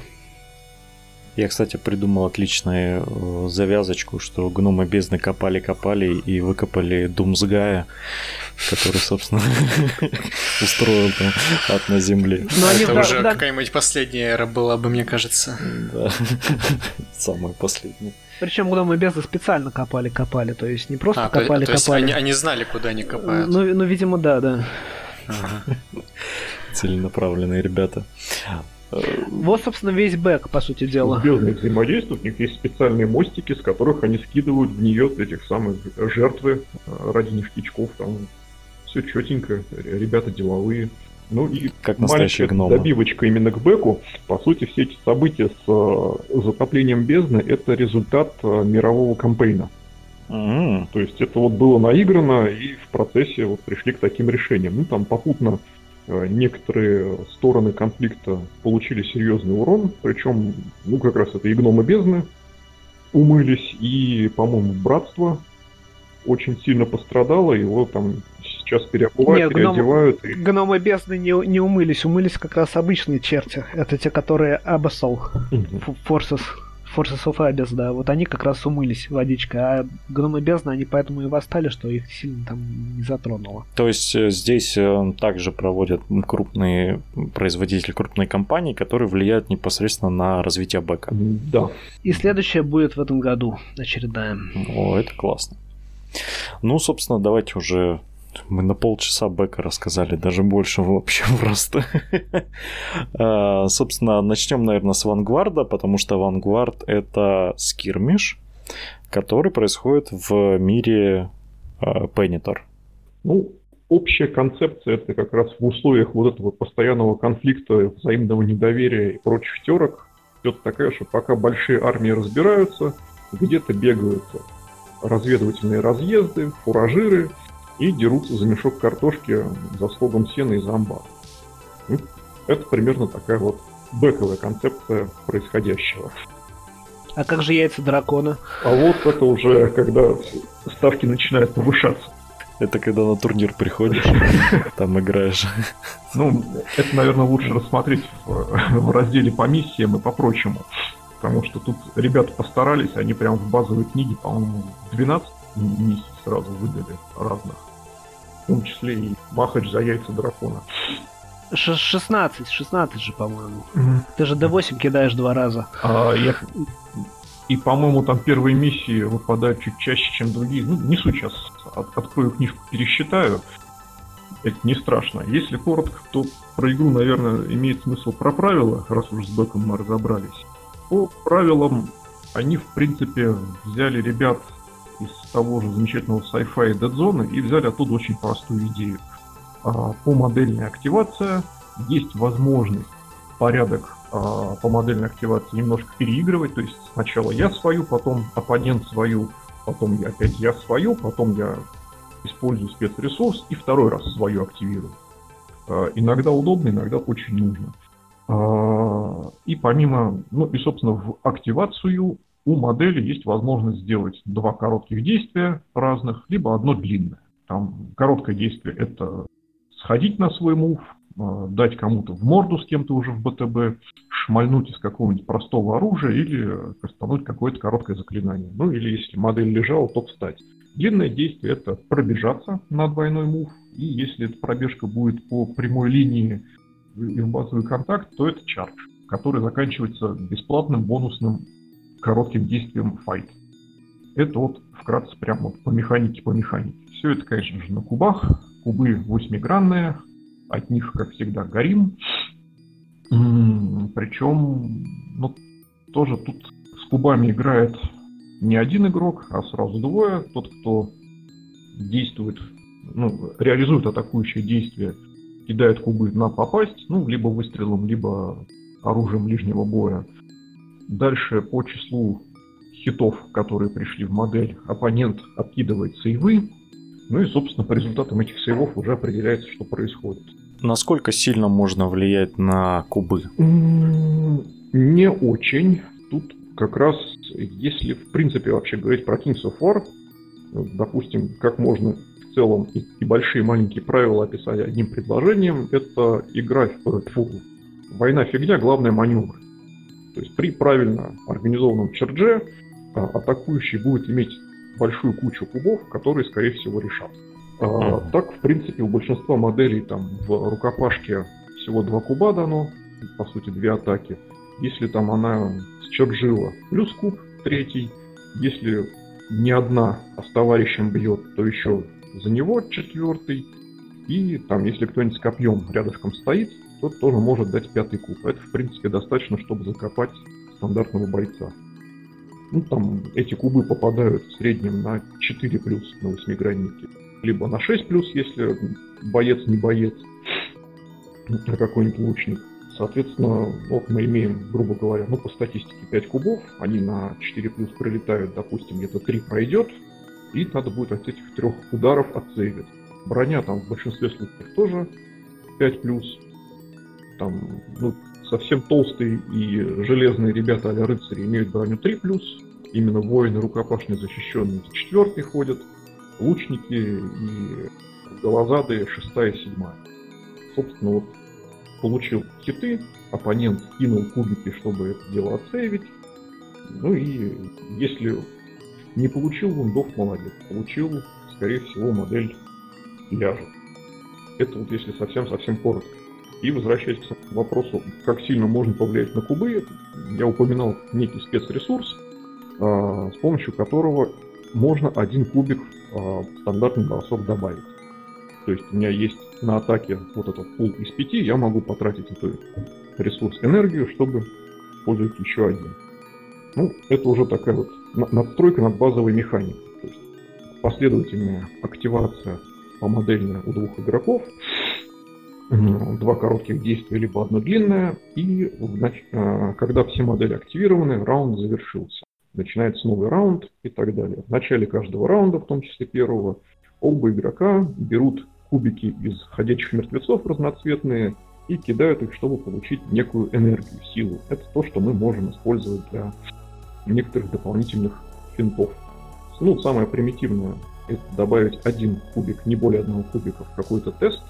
Я, кстати, придумал отличную завязочку, что гномы бездны копали-копали и выкопали Думсгая, который, собственно, устроил там ад на земле. Но это да, уже да. Какая-нибудь последняя эра была бы, мне кажется. Да, самая последняя. Причем гномы бездны специально копали-копали, то есть не просто а, копали-копали. То, то есть они, они знали, куда они копают. Ну, ну видимо, да, да. Ага. Целенаправленные ребята. Вот, собственно, весь бэк, по сути дела. Звездные взаимодействия, у них есть специальные мостики, с которых они скидывают в нее этих самых жертвы ради ништячков. Там все четенько, ребята деловые. Ну и как маленькая добивочка именно к бэку. По сути, все эти события с затоплением бездны — это результат мирового кампейна. Mm-hmm. То есть это вот было наиграно, и в процессе вот пришли к таким решениям. Ну там попутно некоторые стороны конфликта получили серьезный урон, причем, ну, как раз это и гномы бездны умылись, и, по-моему, братство очень сильно пострадало, его там сейчас переобувают, переодевают. Гном... И... Гномы бездны не, не умылись, умылись как раз обычные черти. Это те, которые Abyssal uh-huh. Forces, Forces of Abyss, да, вот они как раз умылись водичкой, а гномы бездны, они поэтому и восстали, что их сильно там не затронуло. То есть здесь также проводят крупные производители, крупные компании, которые влияют непосредственно на развитие бэка. Да. И следующее будет в этом году, очередная. О, это классно. Ну, собственно, давайте уже... Мы на полчаса бэка рассказали, даже больше в общем просто. Собственно, начнем, наверное, с Вангварда, потому что Вангвард — это скирмиш, который происходит в мире Пеннитор. Ну, общая концепция — это как раз в условиях вот этого постоянного конфликта, взаимного недоверия и прочих терок. Это такая, что пока большие армии разбираются, где-то бегают разведывательные разъезды, фуражиры, и дерутся за мешок картошки, за слогом сена и за амбар. Это примерно такая вот бэковая концепция происходящего. А как же яйца дракона? А вот это уже когда ставки начинают повышаться. Это когда на турнир приходишь, там играешь. Ну, это, наверное, лучше рассмотреть в разделе по миссиям и по прочему. Потому что тут ребята постарались, они прям в базовой книге, по-моему, двенадцать миссий сразу выдали разных. В том числе и махач за яйца дракона. шестнадцать, шестнадцать же, по-моему. Mm-hmm. Ты же дэ восемь кидаешь два раза. А, я... И, по-моему, там первые миссии выпадают чуть чаще, чем другие. Ну, не суть, сейчас от, открою книжку, пересчитаю. Это не страшно. Если коротко, то про игру, наверное, имеет смысл про правила, раз уж с бэком мы разобрались. По правилам они, в принципе, взяли ребят из того же замечательного sci-fi Dead Zone и взяли оттуда очень простую идею. По модельной активации есть возможность порядок по модельной активации немножко переигрывать, то есть сначала я свою, потом оппонент свою, потом я опять я свою, потом я использую спецресурс и второй раз свою активирую. Иногда удобно, иногда очень нужно. И помимо, ну и собственно в активацию у модели есть возможность сделать два коротких действия разных, либо одно длинное. Там короткое действие — это сходить на свой мув, дать кому-то в морду с кем-то уже в БТБ, шмальнуть из какого-нибудь простого оружия или кастануть какое-то короткое заклинание. Ну или если модель лежала, то встать. Длинное действие — это пробежаться на двойной мув, и если эта пробежка будет по прямой линии и в базовый контакт, то это чардж, который заканчивается бесплатным бонусным коротким действием файт. Это вот вкратце прям вот по механике, по механике. Все это, конечно же, на кубах. Кубы восьмигранные, от них, как всегда, горим. Причем, ну, тоже тут с кубами играет не один игрок, а сразу двое. Тот, кто действует, ну, реализует атакующее действие, кидает кубы на попасть, ну, либо выстрелом, либо оружием ближнего боя. Дальше по числу хитов, которые пришли в модель, оппонент откидывает сейвы. Ну и, собственно, по результатам этих сейвов уже определяется, что происходит. Насколько сильно можно влиять на кубы? Не очень. Тут как раз, если в принципе вообще говорить про Kings of War, допустим, как можно в целом и, и большие и маленькие правила описать одним предложением, это игра в фу, война фигня, главное маневр. То есть при правильно организованном чардже атакующий будет иметь большую кучу кубов, которые, скорее всего, решат. А, так, в принципе, у большинства моделей там в рукопашке всего два куба дано, по сути, две атаки. Если там она счерджила, плюс куб третий. Если не одна, а с товарищем бьет, то еще за него четвертый. И там, если кто-нибудь с копьем рядышком стоит, то тоже может дать пятый куб. Это, в принципе, достаточно, чтобы закопать стандартного бойца. Ну, там эти кубы попадают в среднем на четыре плюс на восьмиграннике. Либо на шесть плюс, если боец не боец, а какой-нибудь лучник. Соответственно, вот мы имеем, грубо говоря, ну, по статистике пять кубов. Они на четыре плюс прилетают, допустим, где-то три пройдет. И надо будет от этих трех ударов отсейвить. Броня там в большинстве случаев тоже пять плюс. Там, ну, совсем толстые и железные ребята а-ля рыцари имеют броню три плюс. Именно воины рукопашные защищенные четвертый ходят. Лучники и голозадые шестая и седьмая. Собственно, вот получил хиты, оппонент кинул кубики, чтобы это дело отсейвить. Ну и если не получил вундов, молодец. Получил, скорее всего, модель ляжет. Это вот если совсем-совсем коротко. И возвращаясь к вопросу, как сильно можно повлиять на кубы, я упоминал некий спецресурс, с помощью которого можно один кубик в стандартный бросок добавить. То есть у меня есть на атаке вот этот пул из пяти, я могу потратить этот ресурс энергию, чтобы использовать еще один. Ну, это уже такая вот надстройка над базовой механикой. То есть последовательная активация помодельная у двух игроков, два коротких действия, либо одно длинное, и когда все модели активированы, раунд завершился. Начинается новый раунд и так далее. В начале каждого раунда, в том числе первого, оба игрока берут кубики из ходячих мертвецов разноцветные и кидают их, чтобы получить некую энергию, силу. Это то, что мы можем использовать для некоторых дополнительных финтов. Ну, самое примитивное — это добавить один кубик, не более одного кубика в какой-то тест,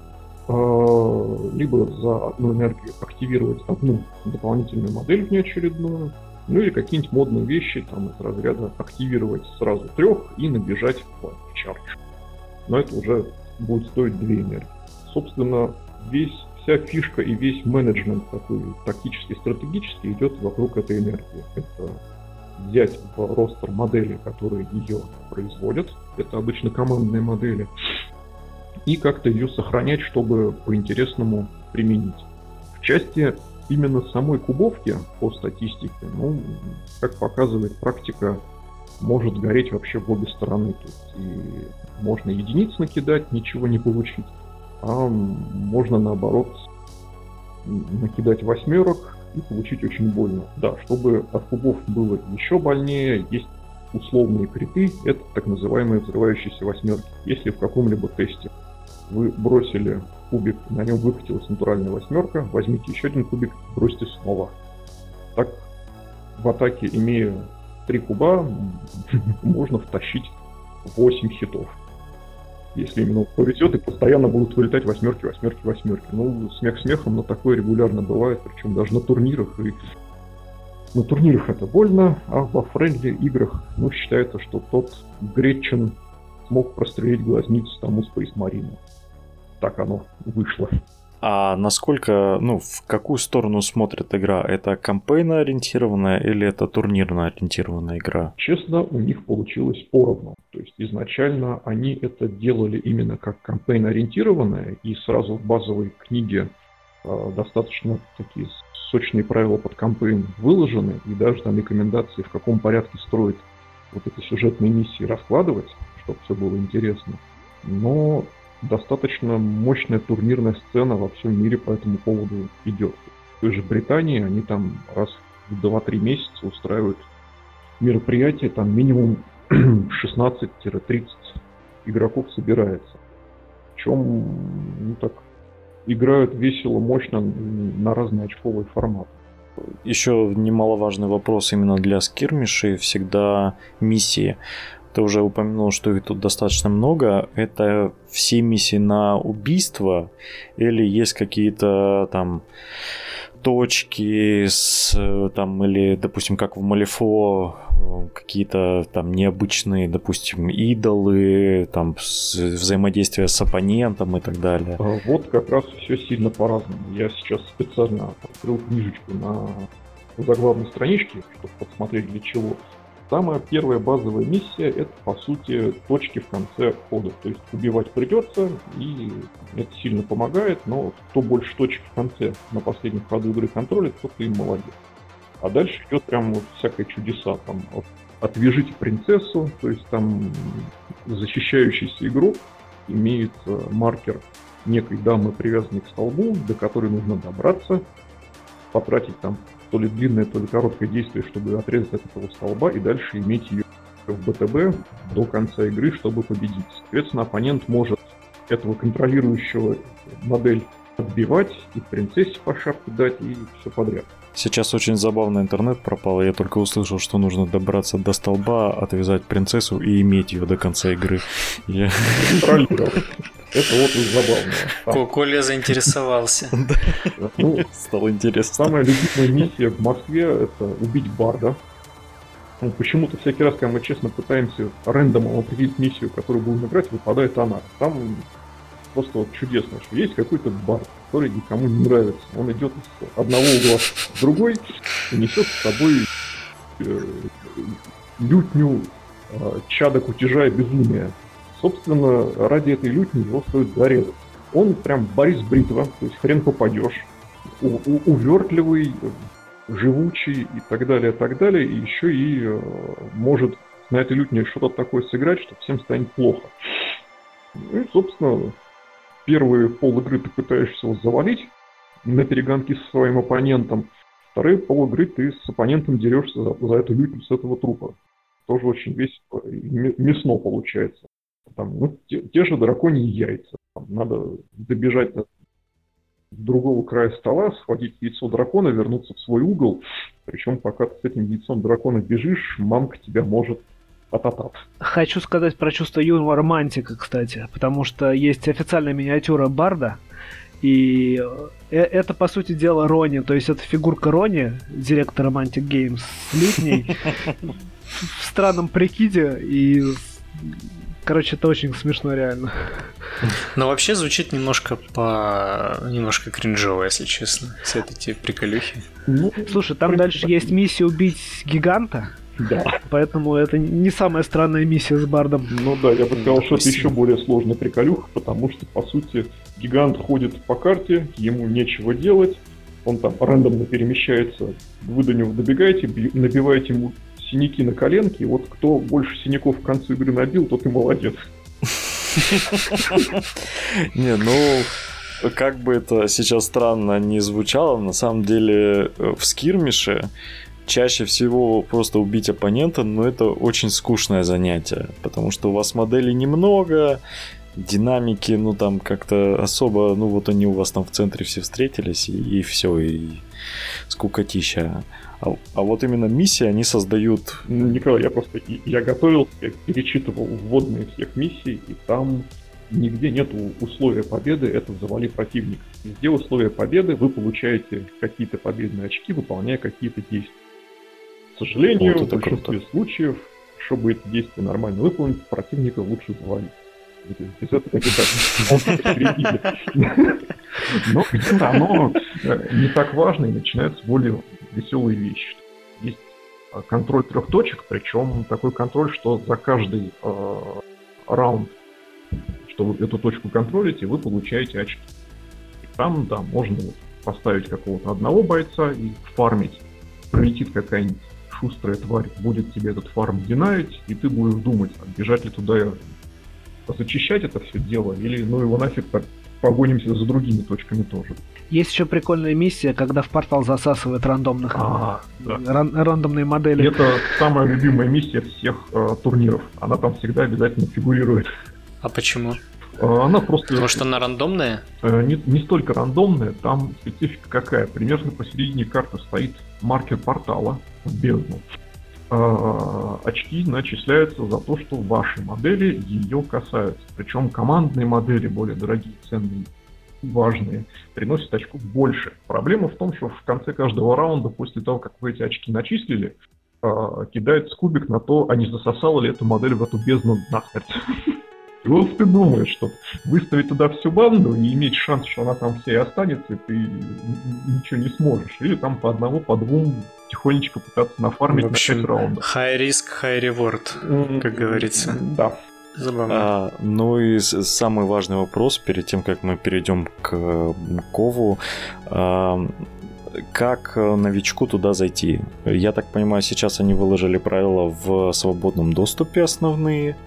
либо за одну энергию активировать одну дополнительную модель внеочередную, ну или какие-нибудь модные вещи там из разряда активировать сразу трех и набежать в чардж. Но это уже будет стоить две энергии. Собственно, весь вся фишка и весь менеджмент такой тактический, стратегический идет вокруг этой энергии. Это взять в ростер модели, которые ее производят, это обычно командные модели, и как-то ее сохранять, чтобы по-интересному применить. В части именно самой кубовки по статистике, ну, как показывает практика, может гореть вообще в обе стороны. То есть и можно единиц накидать, ничего не получить, а можно наоборот накидать восьмерок и получить очень больно. Да, чтобы от кубов было еще больнее, есть условные криты, это так называемые взрывающиеся восьмерки. Если в каком-либо тесте вы бросили кубик, на нем выкатилась натуральная восьмерка, возьмите еще один кубик, бросьте снова. Так в атаке, имея три куба, можно втащить восемь хитов. Если именно повезет, и постоянно будут вылетать восьмерки, восьмерки, восьмерки. Ну, смех смехом, но такое регулярно бывает, причем даже на турнирах. И на турнирах это больно, а во френдли играх, ну, считается, что тот Гретчен смог прострелить глазницу тому Space Marine. Так оно вышло. А насколько, ну, в какую сторону смотрит игра? Это кампейно-ориентированная или это турнирно-ориентированная игра? Честно, у них получилось поровну. То есть изначально они это делали именно как кампейно-ориентированная, и сразу в базовой книге э, достаточно такие сочные правила под кампейн выложены, и даже там рекомендации, в каком порядке строить вот эти сюжетные миссии, раскладывать, чтобы все было интересно. Но достаточно мощная турнирная сцена во всем мире по этому поводу идет. В той же Британии они там раз в два-три месяца устраивают мероприятия, там минимум шестнадцать-тридцать игроков собирается. Причем, ну так, играют весело, мощно на разные очковые форматы. Еще немаловажный вопрос именно для скирмишей всегда миссии. Ты уже упомянул, что их тут достаточно много. Это все миссии на убийство или есть какие-то там точки с, там, или, допустим, как в Малифо, какие-то там необычные, допустим, идолы, там взаимодействие с оппонентом и так далее. Вот как раз все сильно по-разному. Я сейчас специально открыл книжечку на заглавной страничке, чтобы посмотреть для чего. Самая первая базовая миссия — это, по сути, точки в конце хода. То есть убивать придется, и это сильно помогает, но кто больше точек в конце на последнем ходу игры контролит, тот и молодец. А дальше идет прям вот всякие чудеса. Там, вот, отвяжите принцессу, то есть там защищающийся игрок имеет маркер некой дамы, привязанной к столбу, до которой нужно добраться, потратить там то ли длинное, то ли короткое действие, чтобы отрезать от этого столба и дальше иметь ее в БТБ до конца игры, чтобы победить. Соответственно, оппонент может этого контролирующего модель отбивать, и принцессе по шапке дать, и все подряд. Сейчас очень забавно интернет пропал, я только услышал, что нужно добраться до столба, отвязать принцессу и иметь ее до конца игры. Я... Контролировать. Это вот и забавно. Коля заинтересовался. Ну, стало интересно. Самая любимая миссия в Москве — это убить барда. Ну, почему-то всякий раз, когда мы честно пытаемся рандомом определить миссию, которую будем играть, выпадает она. Там просто вот чудесно, что есть какой-то бард, который никому не нравится. Он идет из одного угла в другой и несет с собой э, лютню э, чада, кутежа и безумия. Собственно, ради этой лютни его стоит зарезать. Он прям Борис Бритва, то есть хрен попадешь, у- у- увертливый, живучий и так далее, так далее, и еще и э, может на этой лютне что-то такое сыграть, что всем станет плохо. Ну и, собственно, первые пол игры ты пытаешься его завалить на перегонки со своим оппонентом, вторые пол игры ты с оппонентом дерешься за, за эту лютню с этого трупа. Тоже очень весело и мясно получается. Там, ну, те, те же драконьи яйца. Там надо добежать до другого края стола, схватить яйцо дракона, вернуться в свой угол. Причем пока ты с этим яйцом дракона бежишь, мамка тебя может ататат. Хочу сказать про чувство юмора Мантика, кстати, потому что есть официальная миниатюра Барда, и это, по сути дела, Рони, то есть это фигурка Рони, директора Mantic Games, с лютней, в странном прикиде и Короче, это очень смешно, реально. Но вообще звучит немножко по... немножко кринжово, если честно. Все эти приколюхи. Ну, слушай, там дальше есть миссия убить гиганта. Да. Поэтому это не самая странная миссия с Бардом. Ну да, я бы сказал, что это еще более сложная приколюха, потому что, по сути, гигант ходит по карте, ему нечего делать, он там рандомно перемещается, вы до него добегаете, набиваете ему синяки на коленке, и вот кто больше синяков в конце игры набил, тот и молодец. Не, ну, как бы это сейчас странно не звучало, на самом деле в скирмише чаще всего просто убить оппонента, но это очень скучное занятие, потому что у вас моделей немного, динамики, ну там как-то особо, ну вот они у вас там в центре все встретились, и, и все, и скукотища. А, а вот именно миссии они создают... Николай, я просто, я готовился, я перечитывал вводные всех миссий, и там нигде нет условия победы, это завали противника. Везде условия победы, вы получаете какие-то победные очки, выполняя какие-то действия. К сожалению, вот в большинстве круто. случаев, чтобы эти действия нормально выполнить, противника лучше завалить. Без этого как-то но где-то оно не так важно, и начинаются более веселые вещи. Есть контроль трех точек, причем такой контроль, что за каждый э, раунд, что вы эту точку контролите, вы получаете очки. И там, да, можно вот поставить какого-то одного бойца и фармить. Прилетит какая-нибудь шустрая тварь, будет тебе этот фарм динарить, и ты будешь думать, бежать ли туда зачищать это все дело, или ну его нафиг так погонимся за другими точками тоже. Есть еще прикольная миссия, когда в портал засасывает рандомных а, да. ран- рандомные модели. Это самая любимая миссия всех э, турниров. Она там всегда обязательно фигурирует. А почему? Э, она просто... Потому что она рандомная? Э, не, не столько рандомная, там специфика какая. Примерно посередине карты стоит маркер портала в бездну. Э, очки начисляются за то, что ваши модели ее касаются. Причем командные модели, более дорогие, ценные, важные, приносят очков больше. Проблема в том, что в конце каждого раунда, после того, как вы эти очки начислили, э, кидается кубик на то, а не засосала ли эту модель в эту бездну насмерть. И вот ты думаешь, что выставить туда всю банду и иметь шанс, что она там вся и останется, ты ничего не сможешь. Или там по одному, по двум тихонечко пытаться нафармить на пять раундов. High risk, high reward, как говорится. Да. Забавно. А, ну и самый важный вопрос, перед тем, как мы перейдем к Кову, а, как новичку туда зайти? Я так понимаю, сейчас они выложили правила в свободном доступе основные.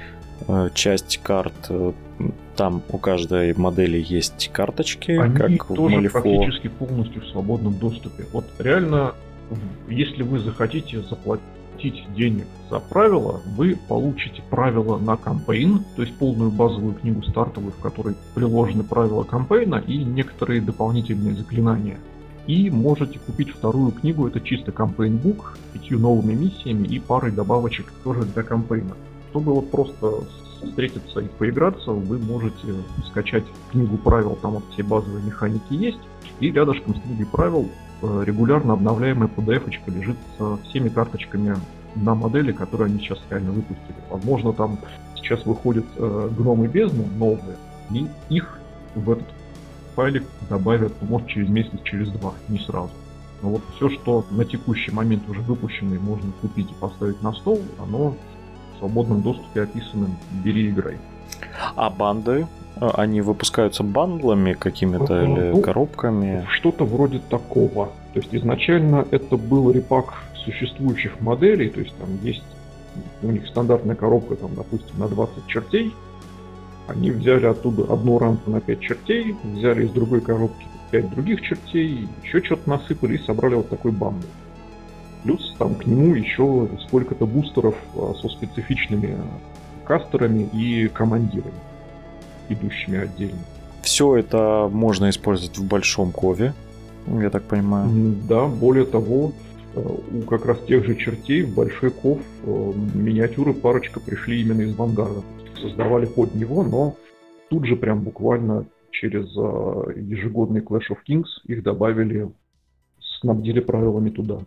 Часть карт, там у каждой модели есть карточки, они как в тоже Малифо. практически полностью в свободном доступе. Вот реально, если вы захотите заплатить денег за правила, вы получите правила на кампейн, то есть полную базовую книгу стартовую, в которой приложены правила кампейна и некоторые дополнительные заклинания. И можете купить вторую книгу, это чисто кампейн-бук, с пятью новыми миссиями и парой добавочек тоже для кампейна. Чтобы вот просто встретиться и поиграться, вы можете скачать книгу правил, там вот все базовые механики есть, и рядышком с книгой правил регулярно обновляемая пи ди эф-очка лежит со всеми карточками на модели, которые они сейчас реально выпустили. Возможно, там сейчас выходят э, гномы бездны новые, и их в этот файлик добавят, может, через месяц, через два, не сразу. Но вот все, что на текущий момент уже выпущено и можно купить и поставить на стол, оно в свободном доступе описано «Бери, играй». А банды? Они выпускаются бандлами какими-то ну, или коробками? Что-то вроде такого. То есть изначально это был репак существующих моделей, то есть там есть у них стандартная коробка, там, допустим, на двадцать чертей. Они взяли оттуда одну рамку на пять чертей, взяли из другой коробки пять других чертей, еще что-то насыпали и собрали вот такой бандл. Плюс там к нему еще сколько-то бустеров со специфичными кастерами и командирами, идущими отдельно. Все это можно использовать в большом кове, я так понимаю. Да, более того, у как раз тех же чертей в большой ков миниатюры парочка пришли именно из Вангарда. Создавали под него, но тут же прям буквально через ежегодный Clash of Kings их добавили, снабдили правилами туда.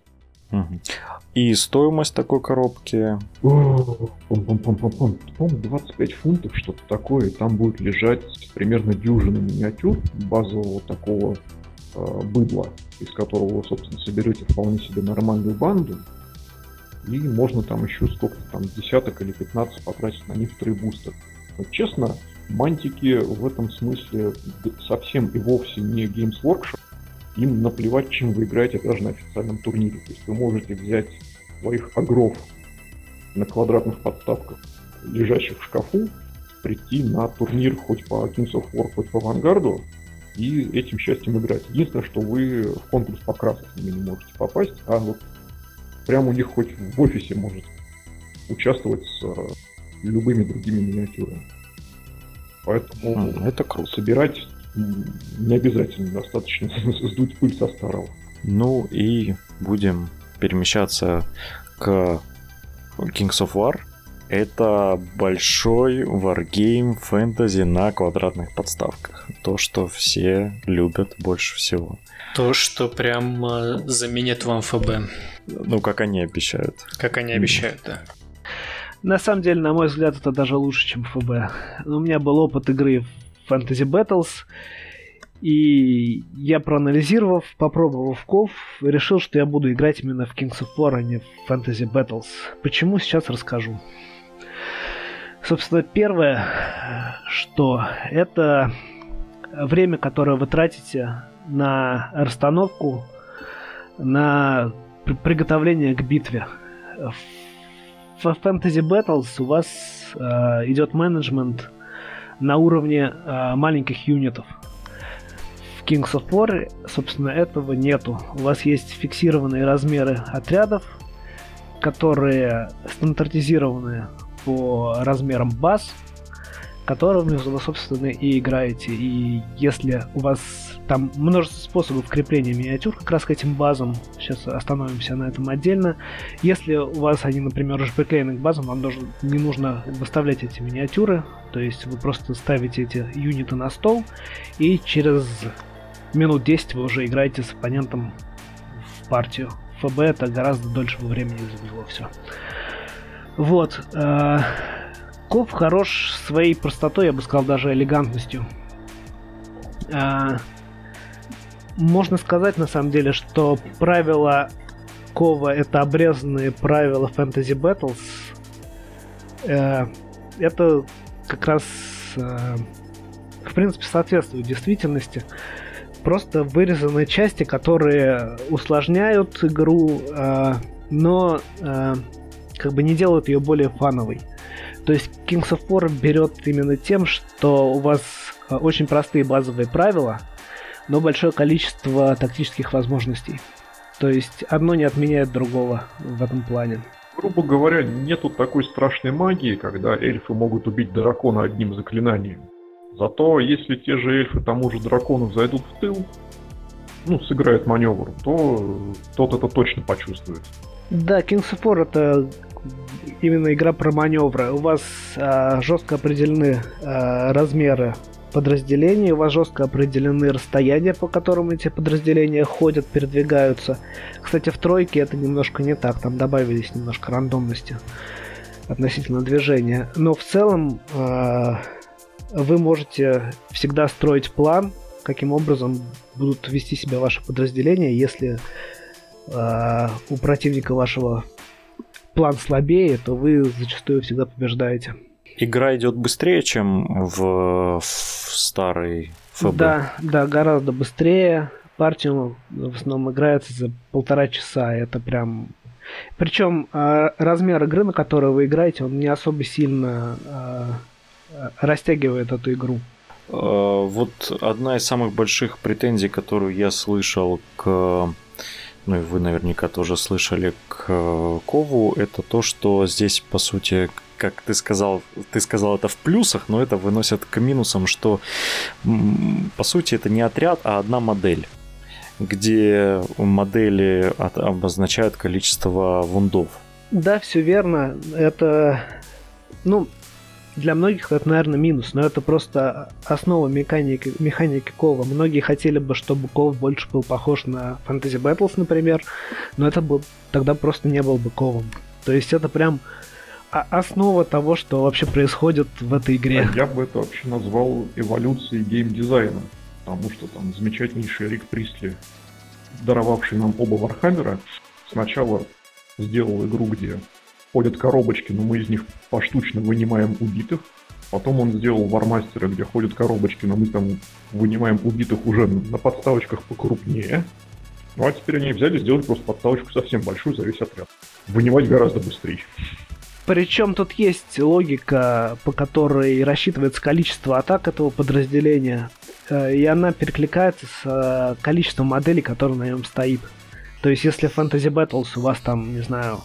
Угу. И стоимость такой коробки? По-моему, двадцать пять фунтов, что-то такое. Там будет лежать примерно дюжина миниатюр базового такого э, быдла, из которого вы, собственно, соберете вполне себе нормальную банду. И можно там еще сколько-то там, десяток или пятнадцать потратить на некоторые бустеры. Но, честно, мантики в этом смысле совсем и вовсе не Games Workshop. Им наплевать, чем вы играете даже на официальном турнире. То есть вы можете взять своих агров на квадратных подставках, лежащих в шкафу, прийти на турнир хоть по Kings of War, хоть по Vanguard, и этим счастьем играть. Единственное, что вы в конкурс покрасок с ними не можете попасть, а вот прямо у них хоть в офисе можете участвовать с uh, любыми другими миниатюрами. Поэтому mm, это круто. Собирать не обязательно, достаточно сдуть пыль со старого. Ну и будем перемещаться к Kings of War. Это большой варгейм фэнтези на квадратных подставках. То, что все любят больше всего. То, что прям заменит вам эф бэ. Ну, как они обещают. Как они обещают, да. На самом деле, на мой взгляд, это даже лучше, чем эф бэ. У меня был опыт игры в Fantasy Battles, и я, проанализировав, попробовав ков, решил, что я буду играть именно в Kings of War, а не в Fantasy Battles. Почему, сейчас расскажу. Собственно, первое, что это время, которое вы тратите на расстановку, на приготовление к битве. В Fantasy Battles у вас э, идет менеджмент на уровне э, маленьких юнитов. В Kings of War, собственно, этого нету. У вас есть фиксированные размеры отрядов, которые стандартизированы по размерам баз, которыми вы, собственно, и играете. И если у вас там множество способов крепления миниатюр как раз к этим базам, сейчас остановимся на этом отдельно. Если у вас они, например, уже приклеены к базам, вам даже не нужно выставлять эти миниатюры, то есть вы просто ставите эти юниты на стол, и через минут десять вы уже играете с оппонентом в партию. эф бэ это гораздо дольше времени заняло все. Вот. Ков хорош своей простотой, я бы сказал, даже элегантностью. Можно сказать, на самом деле, что правила Кова — это обрезанные правила Fantasy Battles. Это как раз, в принципе, соответствует действительности. Просто вырезанные части, которые усложняют игру, но как бы не делают ее более фановой. То есть Kings of War берет именно тем, что у вас очень простые базовые правила, но большое количество тактических возможностей. То есть одно не отменяет другого в этом плане. Грубо говоря, нету такой страшной магии, когда эльфы могут убить дракона одним заклинанием. Зато если те же эльфы тому же дракону зайдут в тыл, ну, сыграют маневр, то тот это точно почувствует. Да, Kings of War — это именно игра про маневры. У вас а, жестко определены а, размеры подразделений, у вас жестко определены расстояния, по которым эти подразделения ходят, передвигаются. Кстати, в тройке это немножко не так, там добавились немножко рандомности относительно движения. Но в целом э, вы можете всегда строить план, каким образом будут вести себя ваши подразделения, если э, у противника вашего план слабее, то вы зачастую всегда побеждаете. Игра идет быстрее, чем в, в старой эф бэ? Да, да, гораздо быстрее. Партию в основном играется за полтора часа. Это прям... Причем размер игры, на которой вы играете, он не особо сильно растягивает эту игру. Вот одна из самых больших претензий, которую я слышал к... Ну и вы наверняка тоже слышали к Кову, это то, что здесь, по сути, как ты сказал, ты сказал это в плюсах, но это выносят к минусам, что, по сути, это не отряд, а одна модель, где модели обозначают количество вундов. Да, все верно. Это, ну, для многих это, наверное, минус, но это просто основа механики, механики Кова. Многие хотели бы, чтобы Ков больше был похож на Fantasy Battles, например, но это бы тогда просто не был бы Ковом. То есть это прям основа того, что вообще происходит в этой игре. Я бы это вообще назвал эволюцией геймдизайна, потому что там замечательнейший Рик Пристли, даровавший нам оба Вархаммера, сначала сделал игру, где ходят коробочки, но мы из них поштучно вынимаем убитых. Потом он сделал Вармастера, где ходят коробочки, но мы там вынимаем убитых уже на подставочках покрупнее. Ну а теперь они взяли, сделали просто подставочку совсем большую за весь отряд. Вынимать гораздо быстрее. Причем тут есть логика, по которой рассчитывается количество атак этого подразделения, и она перекликается с количеством моделей, которые на нем стоит. То есть если в Fantasy Battles у вас там, не знаю,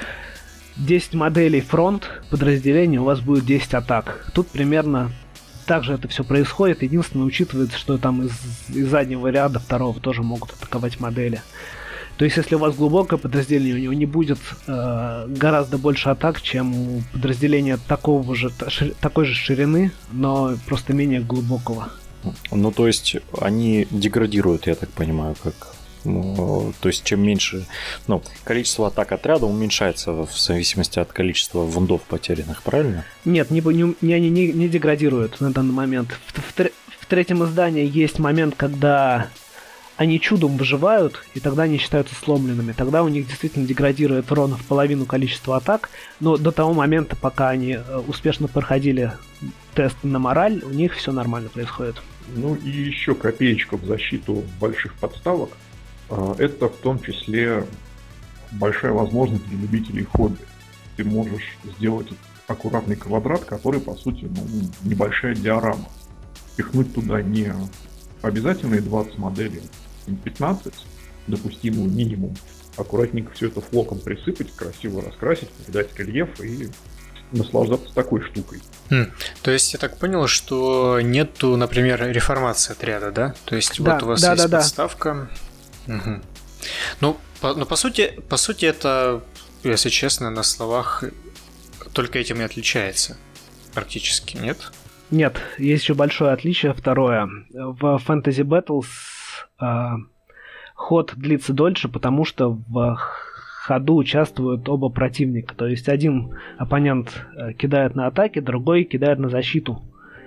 десять моделей фронт подразделения, у вас будет десять атак. Тут примерно так же это все происходит. Единственное, учитывается, что там из, из заднего ряда второго тоже могут атаковать модели. То есть если у вас глубокое подразделение, у него не будет э, гораздо больше атак, чем у подразделения такого же, шир, такой же ширины, но просто менее глубокого. Ну, то есть они деградируют, я так понимаю, как... Ну, то есть чем меньше, ну, количество атак отряда уменьшается в зависимости от количества вундов потерянных, правильно? Нет, не, не, они не, не деградируют на данный момент. В, в, в третьем издании есть момент, когда они чудом выживают, и тогда они считаются сломленными. Тогда у них действительно деградирует ровно в половину количества атак, но до того момента, пока они успешно проходили тест на мораль, у них все нормально происходит. Ну и еще копеечка в защиту больших подставок. Это в том числе большая возможность для любителей хобби. Ты можешь сделать аккуратный квадрат, который, по сути, ну, небольшая диорама. Пихнуть туда не обязательные двадцать моделей, а пятнадцать, допустимый минимум. Аккуратненько все это флоком присыпать, красиво раскрасить, придать рельеф и наслаждаться такой штукой. Хм. То есть я так понял, что нету, например, реформации отряда, да? То есть да, вот у вас да, есть да, подставка... Да. Угу. Ну, по, ну, по сути, по сути, это, если честно, на словах только этим и отличается. Практически, нет? Нет, есть еще большое отличие. Второе. В Fantasy Battles э, ход длится дольше, потому что в ходу участвуют оба противника. То есть один оппонент кидает на атаки, другой кидает на защиту.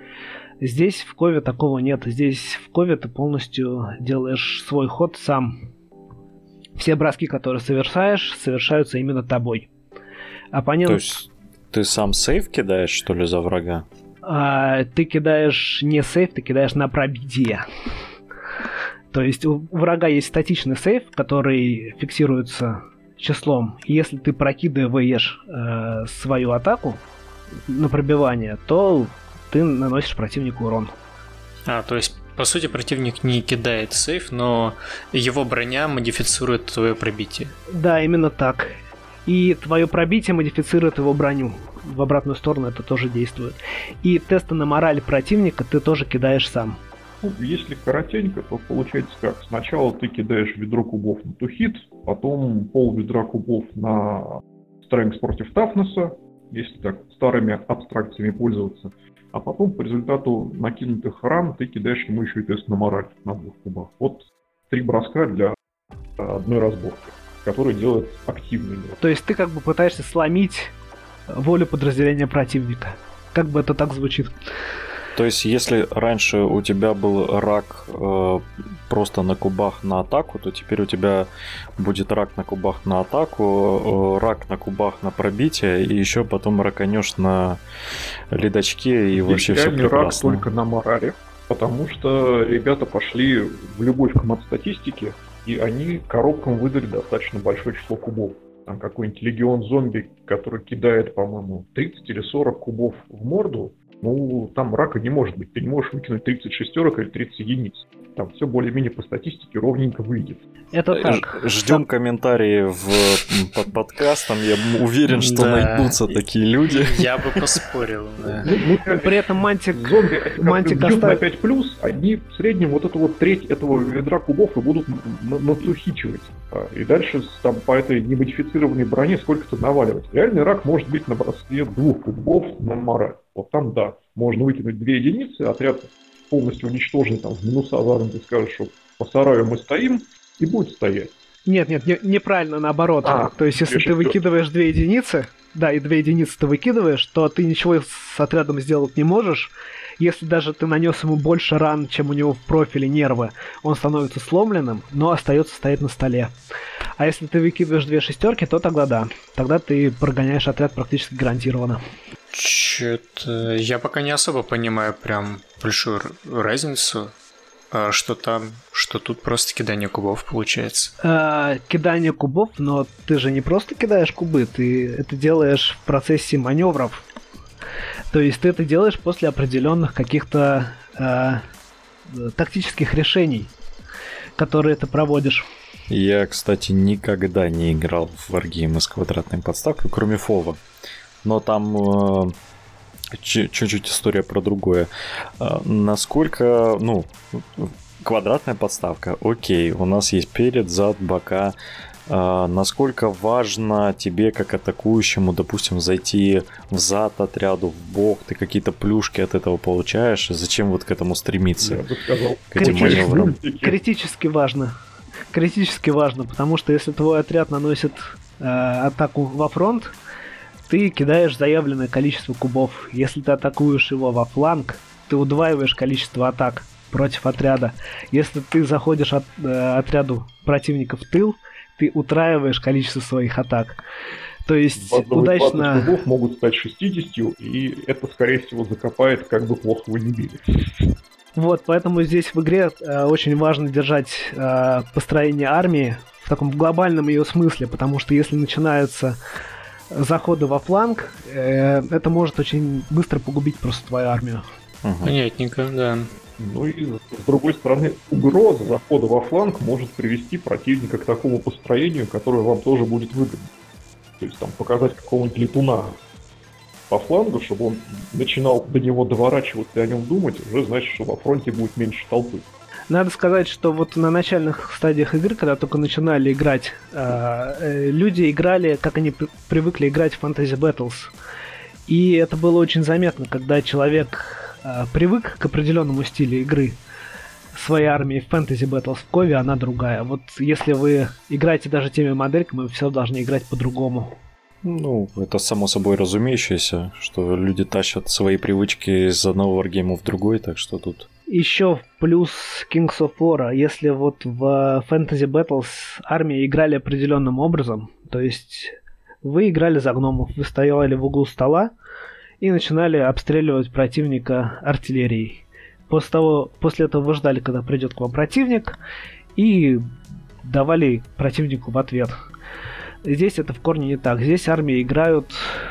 Здесь в Кове такого нет. Здесь в Кове ты полностью делаешь свой ход сам. Все броски, которые совершаешь, совершаются именно тобой. Оппонент... То есть ты сам сейф кидаешь, что ли, за врага? А, ты кидаешь не сейф, ты кидаешь на пробитие. То есть у врага есть статичный сейф, который фиксируется числом. И если ты прокидываешь э, свою атаку на пробивание, то ты наносишь противнику урон. А, то есть, по сути, противник не кидает сейф, но его броня модифицирует твое пробитие. Да, именно так. И твое пробитие модифицирует его броню. В обратную сторону это тоже действует. И тесты на мораль противника ты тоже кидаешь сам. Ну, если коротенько, то получается как? Сначала ты кидаешь ведро кубов на тухит, потом пол ведра кубов на strength против тафнесса, если так старыми абстракциями пользоваться. А потом по результату накинутых ран ты кидаешь ему еще и тест на мораль на двух кубах. Вот три броска для одной разборки, который делает активный игрок. То есть ты как бы пытаешься сломить волю подразделения противника. Как бы это так звучит. То есть, если раньше у тебя был рак э, просто на кубах на атаку, то теперь у тебя будет рак на кубах на атаку, э, рак на кубах на пробитие, и еще потом раканешь на ледочке, и Здесь вообще все прекрасно. Рак только на морали, потому что ребята пошли в любовь к мат-статистике, и они коробкам выдали достаточно большое число кубов. Там какой-нибудь легион зомби, который кидает, по-моему, тридцать или сорок кубов в морду, ну, там рака не может быть. Ты не можешь выкинуть тридцать шестерок или тридцать единиц. Там все более-менее по статистике ровненько выйдет. Это так. Ждем комментарии в, под подкастом. Я уверен, что да. найдутся такие люди. Я бы поспорил. Да. Ну, ну, При этом мантик, зомби мантик бьют оставит... на пять плюс, они в среднем вот эту вот треть этого ведра кубов и будут нацухичивать. И дальше там по этой немодифицированной броне сколько-то наваливать. Реальный рак может быть на броске двух кубов на мораль. Вот там, да, можно выкинуть две единицы, отряд полностью уничтоженный, там, в минуса загнан, ты скажешь, что по сараю мы стоим, и будет стоять. Нет, нет, не, неправильно, наоборот. А, то есть, если ты шестер. выкидываешь две единицы, да, и две единицы ты выкидываешь, то ты ничего с отрядом сделать не можешь. Если даже ты нанес ему больше ран, чем у него в профиле нервы, он становится сломленным, но остается стоять на столе. А если ты выкидываешь две шестерки, то тогда да. Тогда ты прогоняешь отряд практически гарантированно. Чё-то я пока не особо понимаю прям большую разницу. Что там, что тут просто кидание кубов получается. А, кидание кубов, но ты же не просто кидаешь кубы, ты это делаешь в процессе маневров. То есть ты это делаешь после определенных каких-то а, тактических решений, которые ты проводишь. Я, кстати, никогда не играл в Wargame с квадратной подставкой, кроме Фова. Но там... Чуть-чуть история про другое. Насколько, ну, квадратная подставка, окей, у нас есть перед, зад, бока. Насколько важно тебе, как атакующему, допустим, зайти в зад отряду, в бок, ты какие-то плюшки от этого получаешь? Зачем вот к этому стремиться? Я бы сказал, к этим маневрам? Критически важно. Критически важно, потому что если твой отряд наносит э, атаку во фронт, ты кидаешь заявленное количество кубов. Если ты атакуешь его во фланг, ты удваиваешь количество атак против отряда. Если ты заходишь от, э, отряду противника в тыл, ты утраиваешь количество своих атак. То есть базовые удачно... кубов могут стать шестьдесят, и это, скорее всего, закопает, как бы плохо вы не били. Вот, поэтому здесь в игре э, очень важно держать э, построение армии в таком глобальном ее смысле, потому что если начинаются заходы во фланг, э, это может очень быстро погубить просто твою армию. Угу. Понятненько, да. Ну и с другой стороны, угроза захода во фланг может привести противника к такому построению, которое вам тоже будет выгодно. То есть там показать какого-нибудь летуна по флангу, чтобы он начинал до него доворачиваться и о нем думать, уже значит, что во фронте будет меньше толпы. Надо сказать, что вот на начальных стадиях игры, когда только начинали играть, э, люди играли, как они при- привыкли играть в Fantasy Battles. И это было очень заметно, когда человек э, привык к определенному стилю игры своей армии в Fantasy Battles, в Кове она другая. Вот если вы играете даже теми модельками, вы все должны играть по-другому. Ну, это само собой разумеющееся, что люди тащат свои привычки из одного варгейма в другой, так что тут... Еще плюс Kings of War, если вот в Fantasy Battles армии играли определенным образом, то есть вы играли за гномов, вы стояли в углу стола и начинали обстреливать противника артиллерией. После того, после этого вы ждали, когда придет к вам противник, и давали противнику в ответ. Здесь это в корне не так. Здесь армии играют...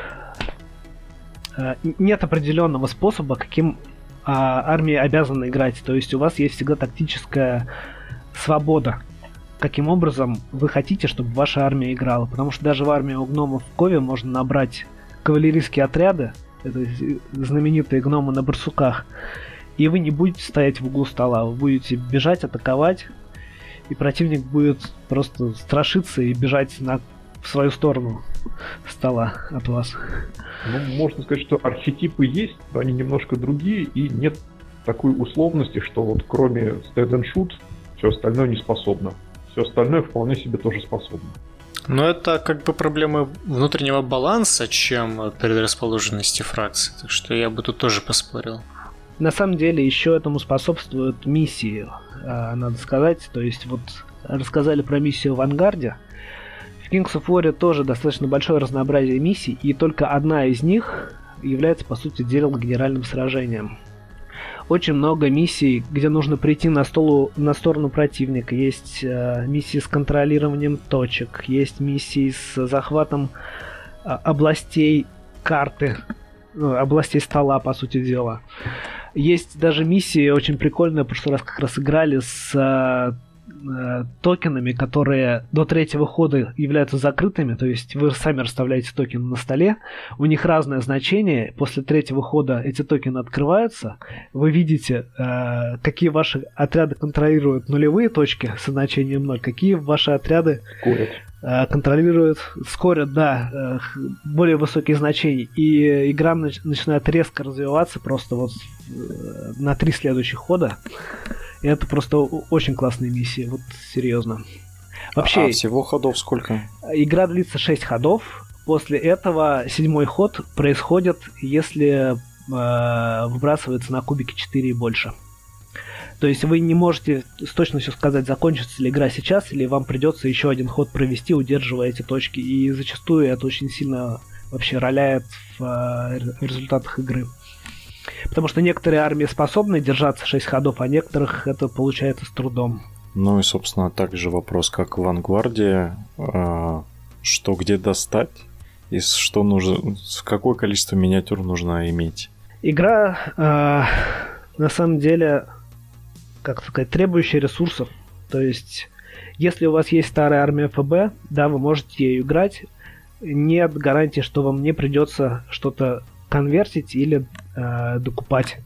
Нет определенного способа, каким армии обязаны играть. То есть у вас есть всегда тактическая свобода. Каким образом вы хотите, чтобы ваша армия играла. Потому что даже в армии у гномов в Кове можно набрать кавалерийские отряды. Это знаменитые гномы на барсуках. И вы не будете стоять в углу стола. Вы будете бежать, атаковать. И противник будет просто страшиться и бежать на, в свою сторону стола от вас. Ну, можно сказать, что архетипы есть, но они немножко другие, и нет такой условности, что вот кроме stand and shoot все остальное не способно. Все остальное вполне себе тоже способно. Но это как бы проблема внутреннего баланса, чем предрасположенности фракции. Так что я бы тут тоже поспорил. На самом деле еще этому способствуют миссии, надо сказать. То есть вот рассказали про миссию в Авангарде. В Kings of War тоже достаточно большое разнообразие миссий, и только одна из них является, по сути дела, генеральным сражением. Очень много миссий, где нужно прийти на, столу, на сторону противника. Есть э, миссии с контролированием точек, есть миссии с захватом э, областей карты, ну, областей стола, по сути дела. Есть даже миссии очень прикольные, в прошлый раз как раз играли с э, э, токенами, которые до третьего хода являются закрытыми, то есть вы сами расставляете токены на столе, у них разное значение, после третьего хода эти токены открываются, вы видите, э, какие ваши отряды контролируют нулевые точки со значением ноль, какие ваши отряды Курят. контролируют, скорят, да, более высокие значения, и игра начинает резко развиваться просто вот на три следующих хода. И это просто очень классные миссии, вот серьезно. Вообще, а всего ходов сколько? Игра длится шесть ходов. После этого седьмой ход происходит, если э, выбрасывается на кубики четыре и больше. То есть вы не можете с точностью сказать, закончится ли игра сейчас, или вам придется еще один ход провести, удерживая эти точки. И зачастую это очень сильно вообще роляет в э, результатах игры. Потому что некоторые армии способны держаться шесть ходов, а некоторых это получается с трудом. Ну и, собственно, также вопрос, как в Вангварде, э, что где достать, и что нужно, какое количество миниатюр нужно иметь. Игра, э, на самом деле, как сказать, требующая ресурсов. То есть, если у вас есть старая армия ФБ, да, вы можете ею играть. Нет гарантии, что вам не придется что-то конвертить или э, докупать.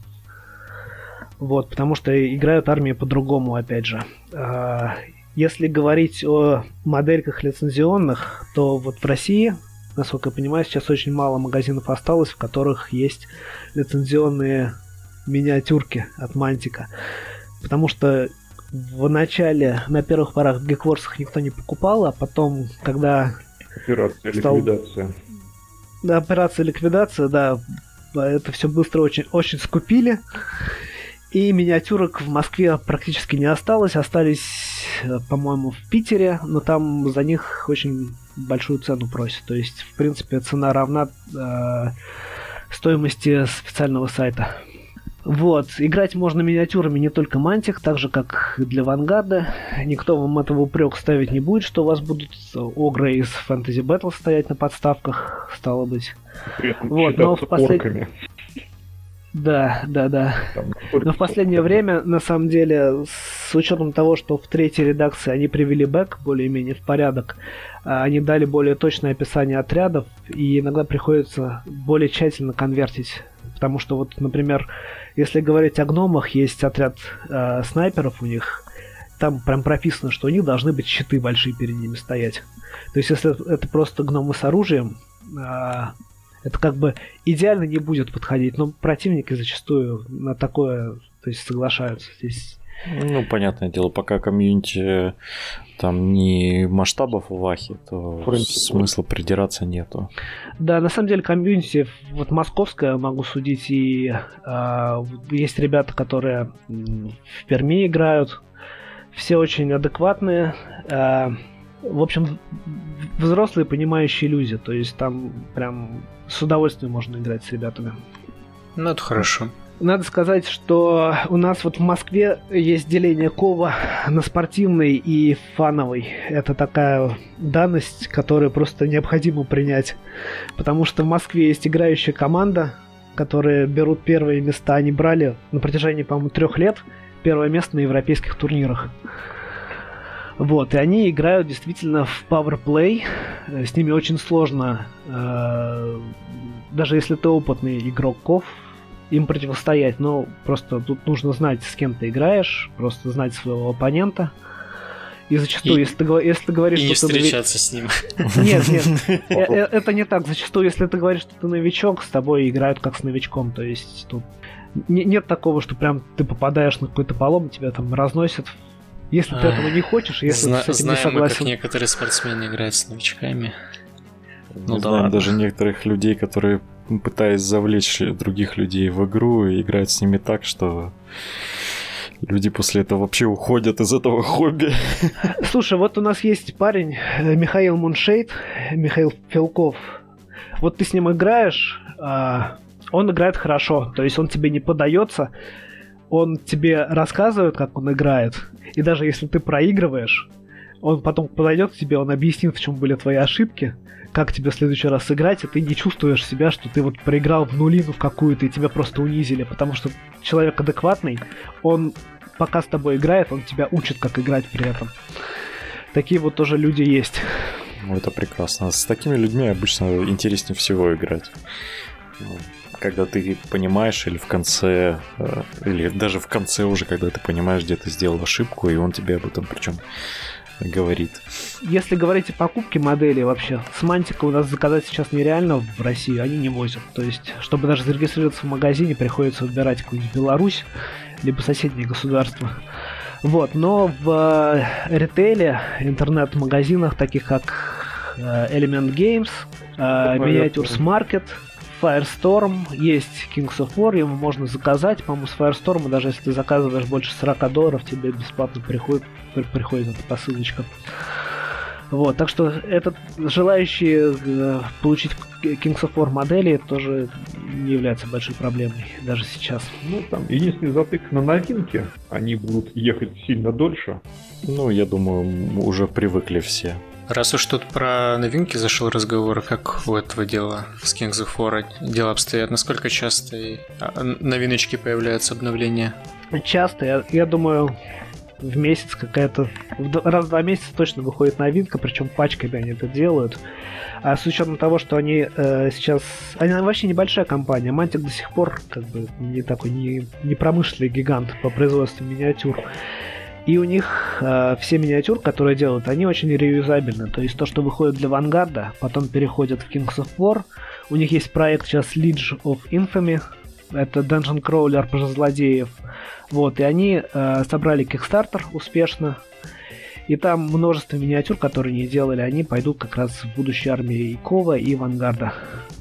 Вот, потому что играют армии по-другому, опять же. Э, если говорить о модельках лицензионных, то вот в России, насколько я понимаю, сейчас очень мало магазинов осталось, в которых есть лицензионные миниатюрки от Мантика. Потому что в начале, на первых порах в Гекворсах никто не покупал, а потом, когда... Операция стал... ликвидация. Да, операция ликвидация, да, это все быстро очень, очень скупили. И миниатюрок в Москве практически не осталось. Остались, по-моему, в Питере, но там за них очень большую цену просят. То есть, в принципе, цена равна э, стоимости специального сайта. Вот, играть можно миниатюрами не только Мантик, так же, как и для Вангарда. Никто вам этого упрек ставить не будет, что у вас будут огры из Fantasy Battle стоять на подставках, стало быть. Вот, но в послед... Да, да, да. Но в последнее время, на самом деле, с учетом того, что в третьей редакции они привели бэк более-менее в порядок, они дали более точное описание отрядов, и иногда приходится более тщательно конвертить. Потому что вот, например, если говорить о гномах, есть отряд э, снайперов у них, там прям прописано, что у них должны быть щиты большие перед ними стоять. То есть если это просто гномы с оружием, э, это как бы идеально не будет подходить, но противники зачастую на такое, то есть, соглашаются. Здесь... Ну, понятное дело, пока комьюнити там не масштабов в Вахе, то смысла придираться нету. Да, на самом деле комьюнити, вот московское, могу судить, и э, есть ребята, которые в Перми играют, все очень адекватные, э, в общем, взрослые, понимающие люди, то есть там прям с удовольствием можно играть с ребятами. Ну, это хорошо. Надо сказать, что у нас вот в Москве есть деление Кова на спортивный и фановый. Это такая данность, которую просто необходимо принять. Потому что в Москве есть играющая команда, которые берут первые места. Они брали на протяжении, по-моему, трех лет первое место на европейских турнирах. Вот, и они играют действительно в пауэрплей. С ними очень сложно, даже если ты опытный игрок Ков, им противостоять, но просто тут нужно знать, с кем ты играешь, просто знать своего оппонента. И зачастую, и, если, ты, если ты говоришь, и что не ты... встречаться с ним. Нет, нет, это не так. Зачастую, если ты говоришь, что ты новичок, с тобой играют как с новичком. То есть тут нет такого, что прям ты попадаешь на какой-то полом, тебя там разносят. Если ты этого не хочешь, если ты с этим не согласен. Знаем мы, как некоторые спортсмены играют с новичками. Ну да, знаем даже некоторых людей, которые, пытаясь завлечь других людей в игру, играют с ними так, что люди после этого вообще уходят из этого хобби. Слушай, вот у нас есть парень, Михаил Муншейд, Михаил Филков. Вот ты с ним играешь, он играет хорошо, то есть он тебе не поддается, он тебе рассказывает, как он играет, и даже если ты проигрываешь, он потом подойдет к тебе, он объяснит, в чем были твои ошибки, как тебе в следующий раз сыграть, и ты не чувствуешь себя, что ты вот проиграл в нулину в какую-то, и тебя просто унизили, потому что человек адекватный, он пока с тобой играет, он тебя учит, как играть при этом. Такие вот тоже люди есть. Ну, это прекрасно. С такими людьми обычно интереснее всего играть. Когда ты понимаешь, или в конце, или даже в конце уже, когда ты понимаешь, где ты сделал ошибку, и он тебе об этом причем говорит. Если говорить о покупке моделей вообще, с Mantic у нас заказать сейчас нереально в Россию, они не возят. То есть, чтобы даже зарегистрироваться в магазине, приходится выбирать какую-нибудь Беларусь, либо соседние государства. Вот, но в ритейле, интернет-магазинах, таких как Element Games, Miniatures Market, Firestorm, есть Kings of War, его можно заказать. По-моему, с Firestorm, даже если ты заказываешь больше сорок долларов, тебе бесплатно приходит, приходит эта посылочка. Вот, так что этот, желающие э, получить Kings of War модели тоже не является большой проблемой, даже сейчас. Ну, там единственный затык на новинки, они будут ехать сильно дольше. Ну, я думаю, уже привыкли все. Раз уж тут про новинки зашел разговор, как у этого дела с Kings of War дела обстоят? Насколько часто новиночки появляются, обновления? Часто, я, я думаю, в месяц какая-то... Раз в два месяца точно выходит новинка, причем пачками они это делают. А с учетом того, что они э, сейчас... Они вообще небольшая компания. Mantic до сих пор как бы не такой, не, не промышленный гигант по производству миниатюр. И у них э, все миниатюры, которые делают, они очень реюзабельны. То есть то, что выходит для Vanguard, потом переходит в Kings of War. У них есть проект сейчас Legion of Infamy. Это Dungeon Crawler про злодеев. Вот, и они э, собрали Kickstarter успешно. И там множество миниатюр, которые они делали, они пойдут как раз в будущей армии и Кова, и Вангарда.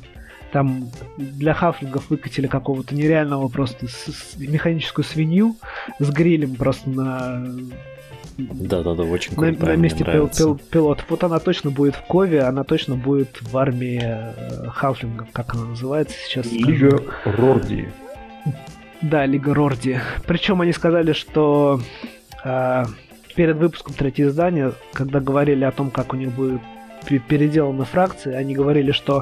Там для хафлингов выкатили какого-то нереального просто с- с- механическую свинью с грилем просто на... Да-да-да, очень на, круто, на месте мне пил- нравится. пил- пилотов. Вот она точно будет в Кове, она точно будет в армии э, хафлингов, как она называется сейчас. Лига Рордии. Да, Лига Рорди. Причем они сказали, что э, перед выпуском третьего издания, когда говорили о том, как у них будут переделаны фракции, они говорили, что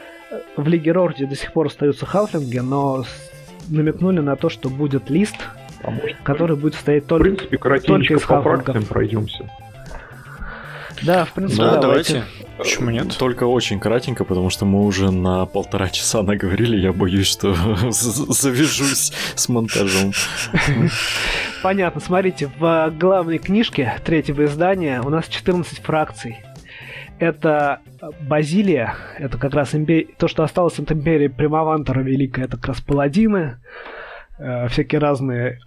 в Лиге Рорди до сих пор остаются хафлинги, но намекнули на то, что будет лист, А может, который будет стоять в только, принципе, только коротенько из по фракциям хафлингов. пройдемся. Да, в принципе, Да, давайте. давайте. Почему нет? Только очень кратенько, потому что мы уже на полтора часа наговорили, я боюсь, что завяжусь с монтажом. Понятно, смотрите, в главной книжке третьего издания у нас четырнадцать фракций. Это Базилия, это как раз импер... то, что осталось от империи Примавантора Великой, это как раз паладины, э, всякие разные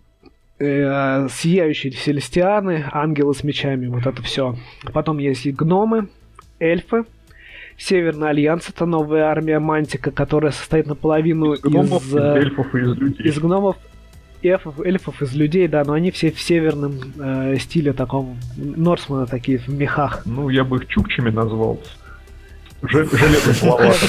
э, сияющие селестианы, ангелы с мечами, вот это все. Потом есть и гномы, эльфы, Северный Альянс, это новая армия Мантика, которая состоит наполовину Из гномов, из, из э, эльфов и из людей. из гномов, эльфов, эльфов из людей, да, но они все в северном э, стиле таком, Норсмана такие, в мехах. Ну, я бы их чукчами назвал. Же- Железоплаваты.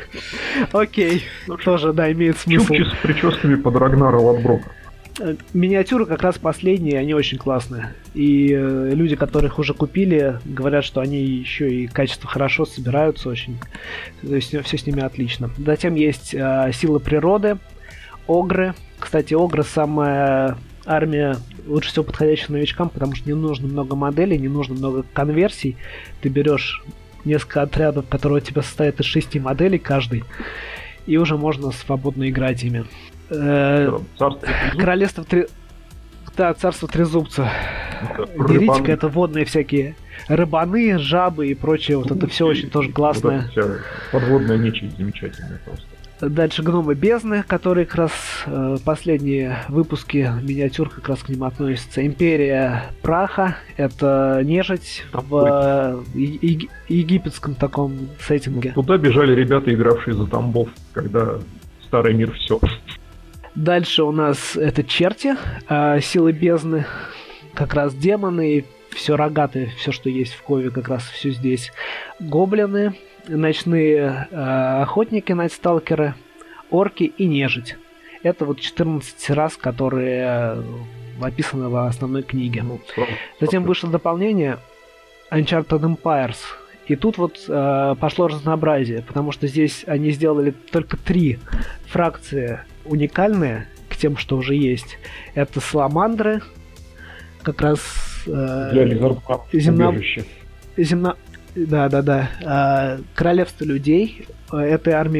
Окей, тоже, да, имеет смысл. Чукчи с прическами под Рагнара Ладброка. Э, Миниатюры как раз последние, они очень классные. И э, люди, которых уже купили, говорят, что они еще и качество хорошо собираются очень. То есть все с ними отлично. Затем есть э, Сила природы, Огры. Кстати, Огры самая армия лучше всего подходящая новичкам, потому что не нужно много моделей, не нужно много конверсий. Ты берешь несколько отрядов, которые у тебя состоят из шести моделей каждый, и уже можно свободно играть ими. Э, Царство Королевство три... Да, царство Трезубца. Трезубца. Деритика Рыбаны. это водные всякие рыбаны, жабы и прочее. Вот это все очень тоже Вот классное. эта вся подводная нечисть замечательная просто. Дальше гномы бездны, которые как раз э, последние выпуски миниатюр как раз к ним относятся. Империя праха, это нежить в э, е- еги- египетском таком сеттинге. Туда бежали ребята, игравшие за Тамбов, когда старый мир все. Дальше у нас это черти, э, силы бездны, как раз демоны, все рогатые, все, что есть в Кове, как раз все здесь. Гоблины, ночные э, охотники, найтсталкеры, орки и нежить. Это вот четырнадцать рас, которые э, описаны в основной книге. Ну, сразу. Затем вышло дополнение Uncharted Empires. И тут вот э, пошло разнообразие, потому что здесь они сделали только три фракции уникальные к тем, что уже есть. Это Саламандры, как раз э, Для лизардов земно- убежище. земно... Да, да, да. А, Королевство людей. Этой армии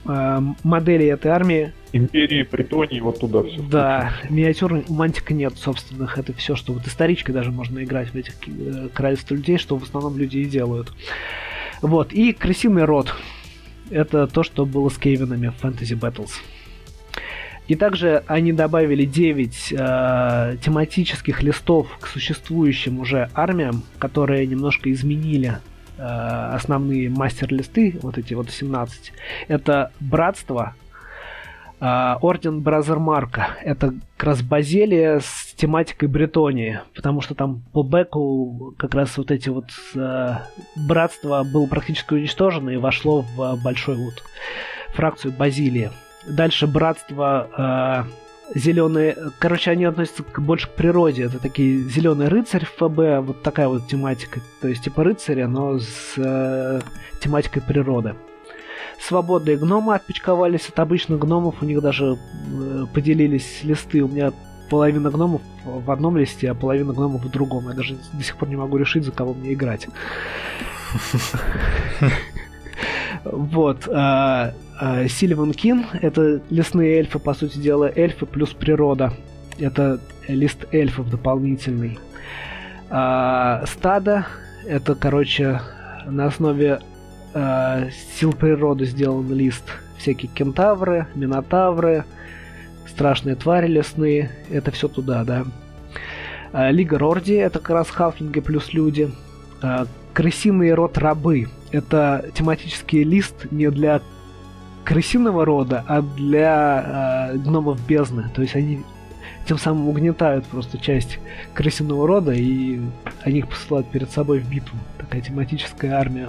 э, модели этой армии. Империи, Притонии, вот туда все. Да, миниатюр мантик нет собственных. Это все, что вот историчкой даже можно играть в этих э, королевства людей, что в основном люди и делают. Вот, и крысиный род. Это то, что было с Кевинами в Fantasy Battles. И также они добавили девять э, тематических листов к существующим уже армиям, которые немножко изменили э, основные мастер-листы, вот эти вот семнадцать. Это Братство, э, Орден Бразермарка. Это как раз Базелия с тематикой Бретонии, потому что там по бэку как раз вот эти вот э, Братство было практически уничтожено и вошло в большую вот фракцию Базилии. Дальше Братство, э, зеленые, короче, они относятся к, больше к природе. Это такие зеленый рыцарь в ФБ, вот такая вот тематика. То есть типа рыцаря, но с э, тематикой природы. Свободные гномы отпочковались от обычных гномов, у них даже э, поделились листы. У меня половина гномов в одном листе, а половина гномов в другом. Я даже до сих пор не могу решить, за кого мне играть. Вот. Сильван Кин — это лесные эльфы, по сути дела, эльфы плюс природа. Это лист эльфов дополнительный. Стадо — это, короче, на основе сил природы сделан лист. Всякие кентавры, минотавры, страшные твари лесные. Это все туда, да. Лига Рорди — это как раз халфлинги плюс люди. Крысиный род рабы. Это тематический лист не для крысиного рода, а для э, гномов бездны. То есть они тем самым угнетают просто часть крысиного рода, и они их посылают перед собой в битву. Такая тематическая армия.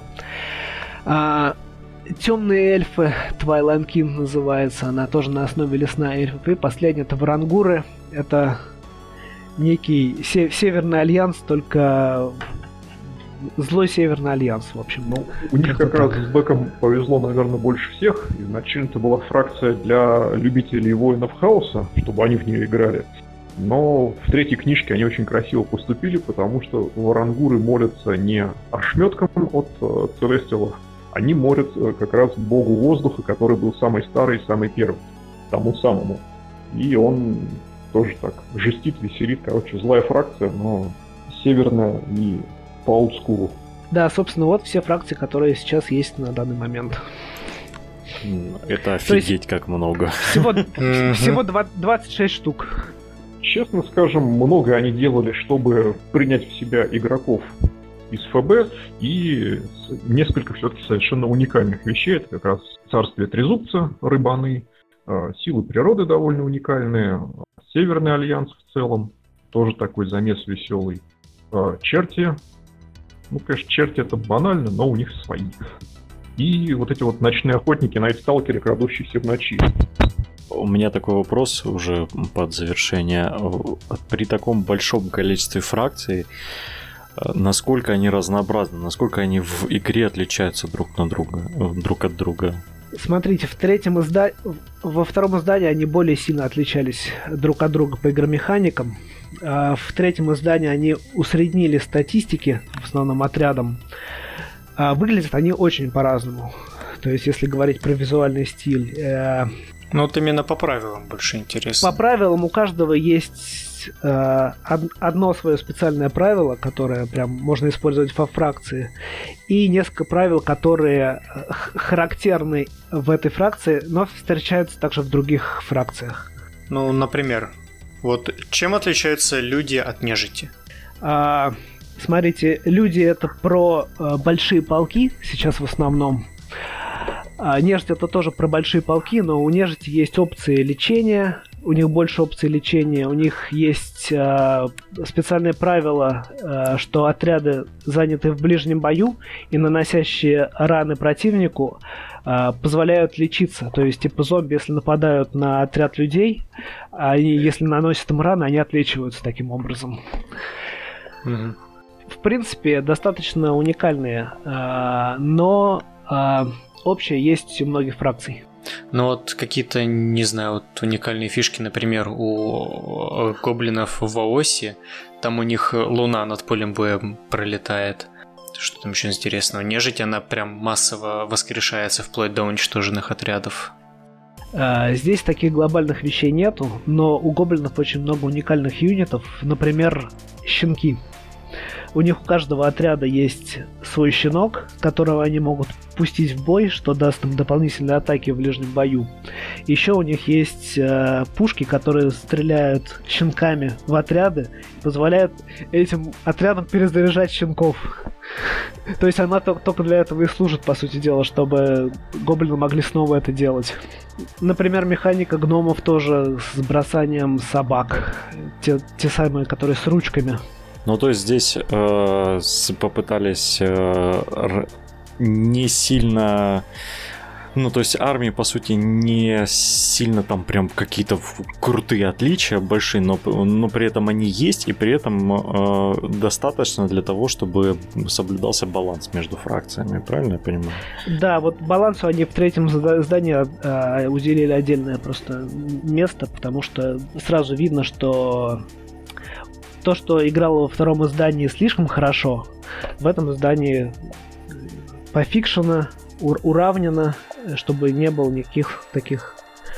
А, темные эльфы, Twilight King называется, она тоже на основе лесная эльфов. И последняя — это Варангуры. Это некий се- Северный Альянс, только злой Северный Альянс, в общем. Ну, у них как раз с бэком повезло, наверное, больше всех. Изначально это была фракция для любителей воинов хаоса, чтобы они в нее играли. Но в третьей книжке они очень красиво поступили, потому что варангуры молятся не ошметкам от э, целестилов, они молятся как раз богу воздуха, который был самый старый и самый первый, тому самому. И он тоже так жестит, веселит. Короче, злая фракция, но северная и по олдскулу. Да, собственно, вот все фракции, которые сейчас есть на данный момент. Это офигеть как много. Всего, всего двадцать шесть штук. Честно скажем, много они делали, чтобы принять в себя игроков из ФБ, и несколько все-таки совершенно уникальных вещей. Это как раз царствие Трезубца, рыбаны, силы природы довольно уникальные, Северный Альянс в целом, тоже такой замес веселый, черти. Ну, конечно, черти это банально, но у них свои. И вот эти вот ночные охотники, найтсталкеры, крадущиеся в ночи. У меня такой вопрос уже под завершение. При таком большом количестве фракций, насколько они разнообразны, насколько они в игре отличаются друг на друга, друг от друга? Смотрите, в третьем изда... во втором издании они более сильно отличались друг от друга по игромеханикам. А в третьем издании они усреднили статистики, в основном отрядом. А выглядят они очень по-разному. То есть, если говорить про визуальный стиль. Э... Ну вот именно по правилам больше интересно. По правилам у каждого есть э, од- одно свое специальное правило, которое прям можно использовать во фракции, и несколько правил, которые характерны в этой фракции, но встречаются также в других фракциях. Ну, например, вот чем отличаются люди от нежити? А, смотрите, люди — это про а, большие полки сейчас в основном. А, нежить — это тоже про большие полки, но у нежити есть опции лечения, у них больше опций лечения, у них есть а, специальное правило, а, что отряды, занятые в ближнем бою и наносящие раны противнику, а, позволяют лечиться. То есть, типа, зомби, если нападают на отряд людей, они, если наносят им раны, они отлечиваются таким образом. Mm-hmm. В принципе, достаточно уникальные, а, но а, общее есть у многих фракций. Ну вот какие-то, не знаю, вот уникальные фишки, например, у гоблинов в Ваосе, там у них луна над полем боя пролетает. Что там еще интересного? Нежить, она прям массово воскрешается вплоть до уничтоженных отрядов. Здесь таких глобальных вещей нету, но у гоблинов очень много уникальных юнитов. Например, щенки. У них у каждого отряда есть свой щенок, которого они могут пустить в бой, что даст им дополнительные атаки в ближнем бою. Еще у них есть э, пушки, которые стреляют щенками в отряды и позволяют этим отрядам перезаряжать щенков. То есть она только для этого и служит, по сути дела, чтобы гоблины могли снова это делать. Например, механика гномов тоже с бросанием собак. Те, те самые, которые с ручками. Ну, то есть здесь э, попытались э, р- не сильно... Ну, то есть армии, по сути, не сильно там прям какие-то крутые отличия большие, но, но при этом они есть, и при этом э, достаточно для того, чтобы соблюдался баланс между фракциями. Правильно я понимаю? Да, вот балансу они в третьем здании э, уделили отдельное просто место, потому что сразу видно, что... То, что играло во втором издании слишком хорошо, в этом издании пофикшено, ур- уравнено, чтобы не было никаких таких,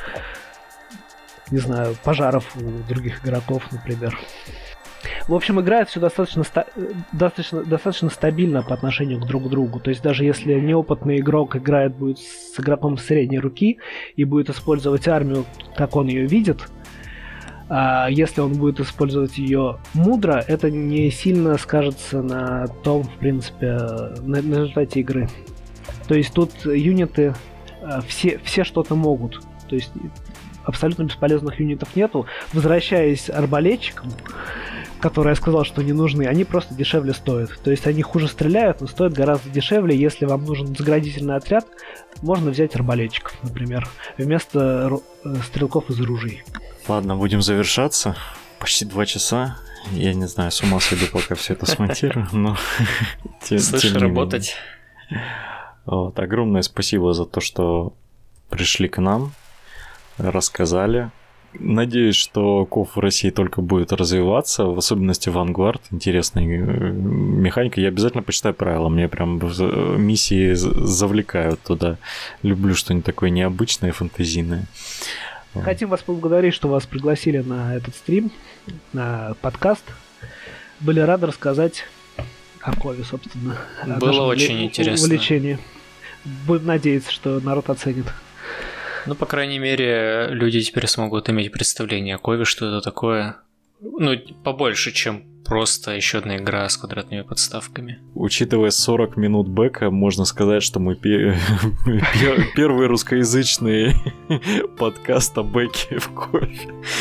не знаю, пожаров у других игроков, например. В общем, играет все достаточно, ста- достаточно, достаточно стабильно по отношению к друг другу. То есть даже если неопытный игрок играет будет с игроком средней руки и будет использовать армию, как он ее видит, а если он будет использовать ее мудро, это не сильно скажется на том, в принципе, на, на результате игры. То есть тут юниты все, все что-то могут. То есть абсолютно бесполезных юнитов нету. Возвращаясь арбалетчикам, которые я сказал, что не нужны, они просто дешевле стоят. То есть они хуже стреляют, но стоят гораздо дешевле. Если вам нужен заградительный отряд, можно взять арбалетчиков, например, вместо стрелков из ружей. Ладно, будем завершаться. Почти два часа. Я не знаю, с ума сойду, пока все это смонтирую, но... Слышь, работать. Вот, огромное спасибо за то, что пришли к нам, рассказали. Надеюсь, что КОВ в России только будет развиваться, в особенности Vanguard. Интересная механика. Я обязательно почитаю правила. Мне прям миссии завлекают туда. Люблю что-нибудь такое необычное, фантазийное. Хотим вас поблагодарить, что вас пригласили на этот стрим, на подкаст. Были рады рассказать о КОВе, собственно. Было очень интересно. Увлечении. Будем надеяться, что народ оценит. Ну, по крайней мере, люди теперь смогут иметь представление о КОВе, что это такое. Ну, побольше, чем просто еще одна игра с квадратными подставками. Учитывая сорок минут бэка, можно сказать, что мы пе- первый русскоязычный подкаст о бэке в КОВе.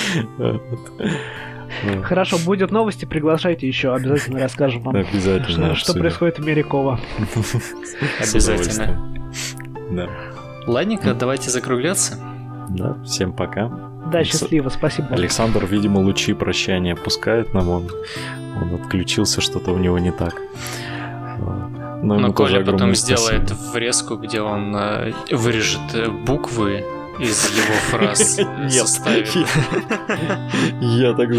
Хорошо, будет новости, приглашайте еще, обязательно расскажем вам, обязательно, что, что происходит в мире Кова. Обязательно. Да. Ладненько, давайте закругляться. Да, всем пока. Да, счастливо, спасибо. Александр, видимо, лучи прощания пускает нам, он, он отключился, что-то у него не так. Но, Но Коля потом спасибо. сделает врезку, где он э, вырежет буквы из его фраз. Нет, я так...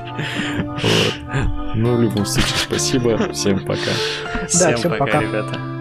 Ну, в любом случае, спасибо, всем пока. Всем пока, ребята.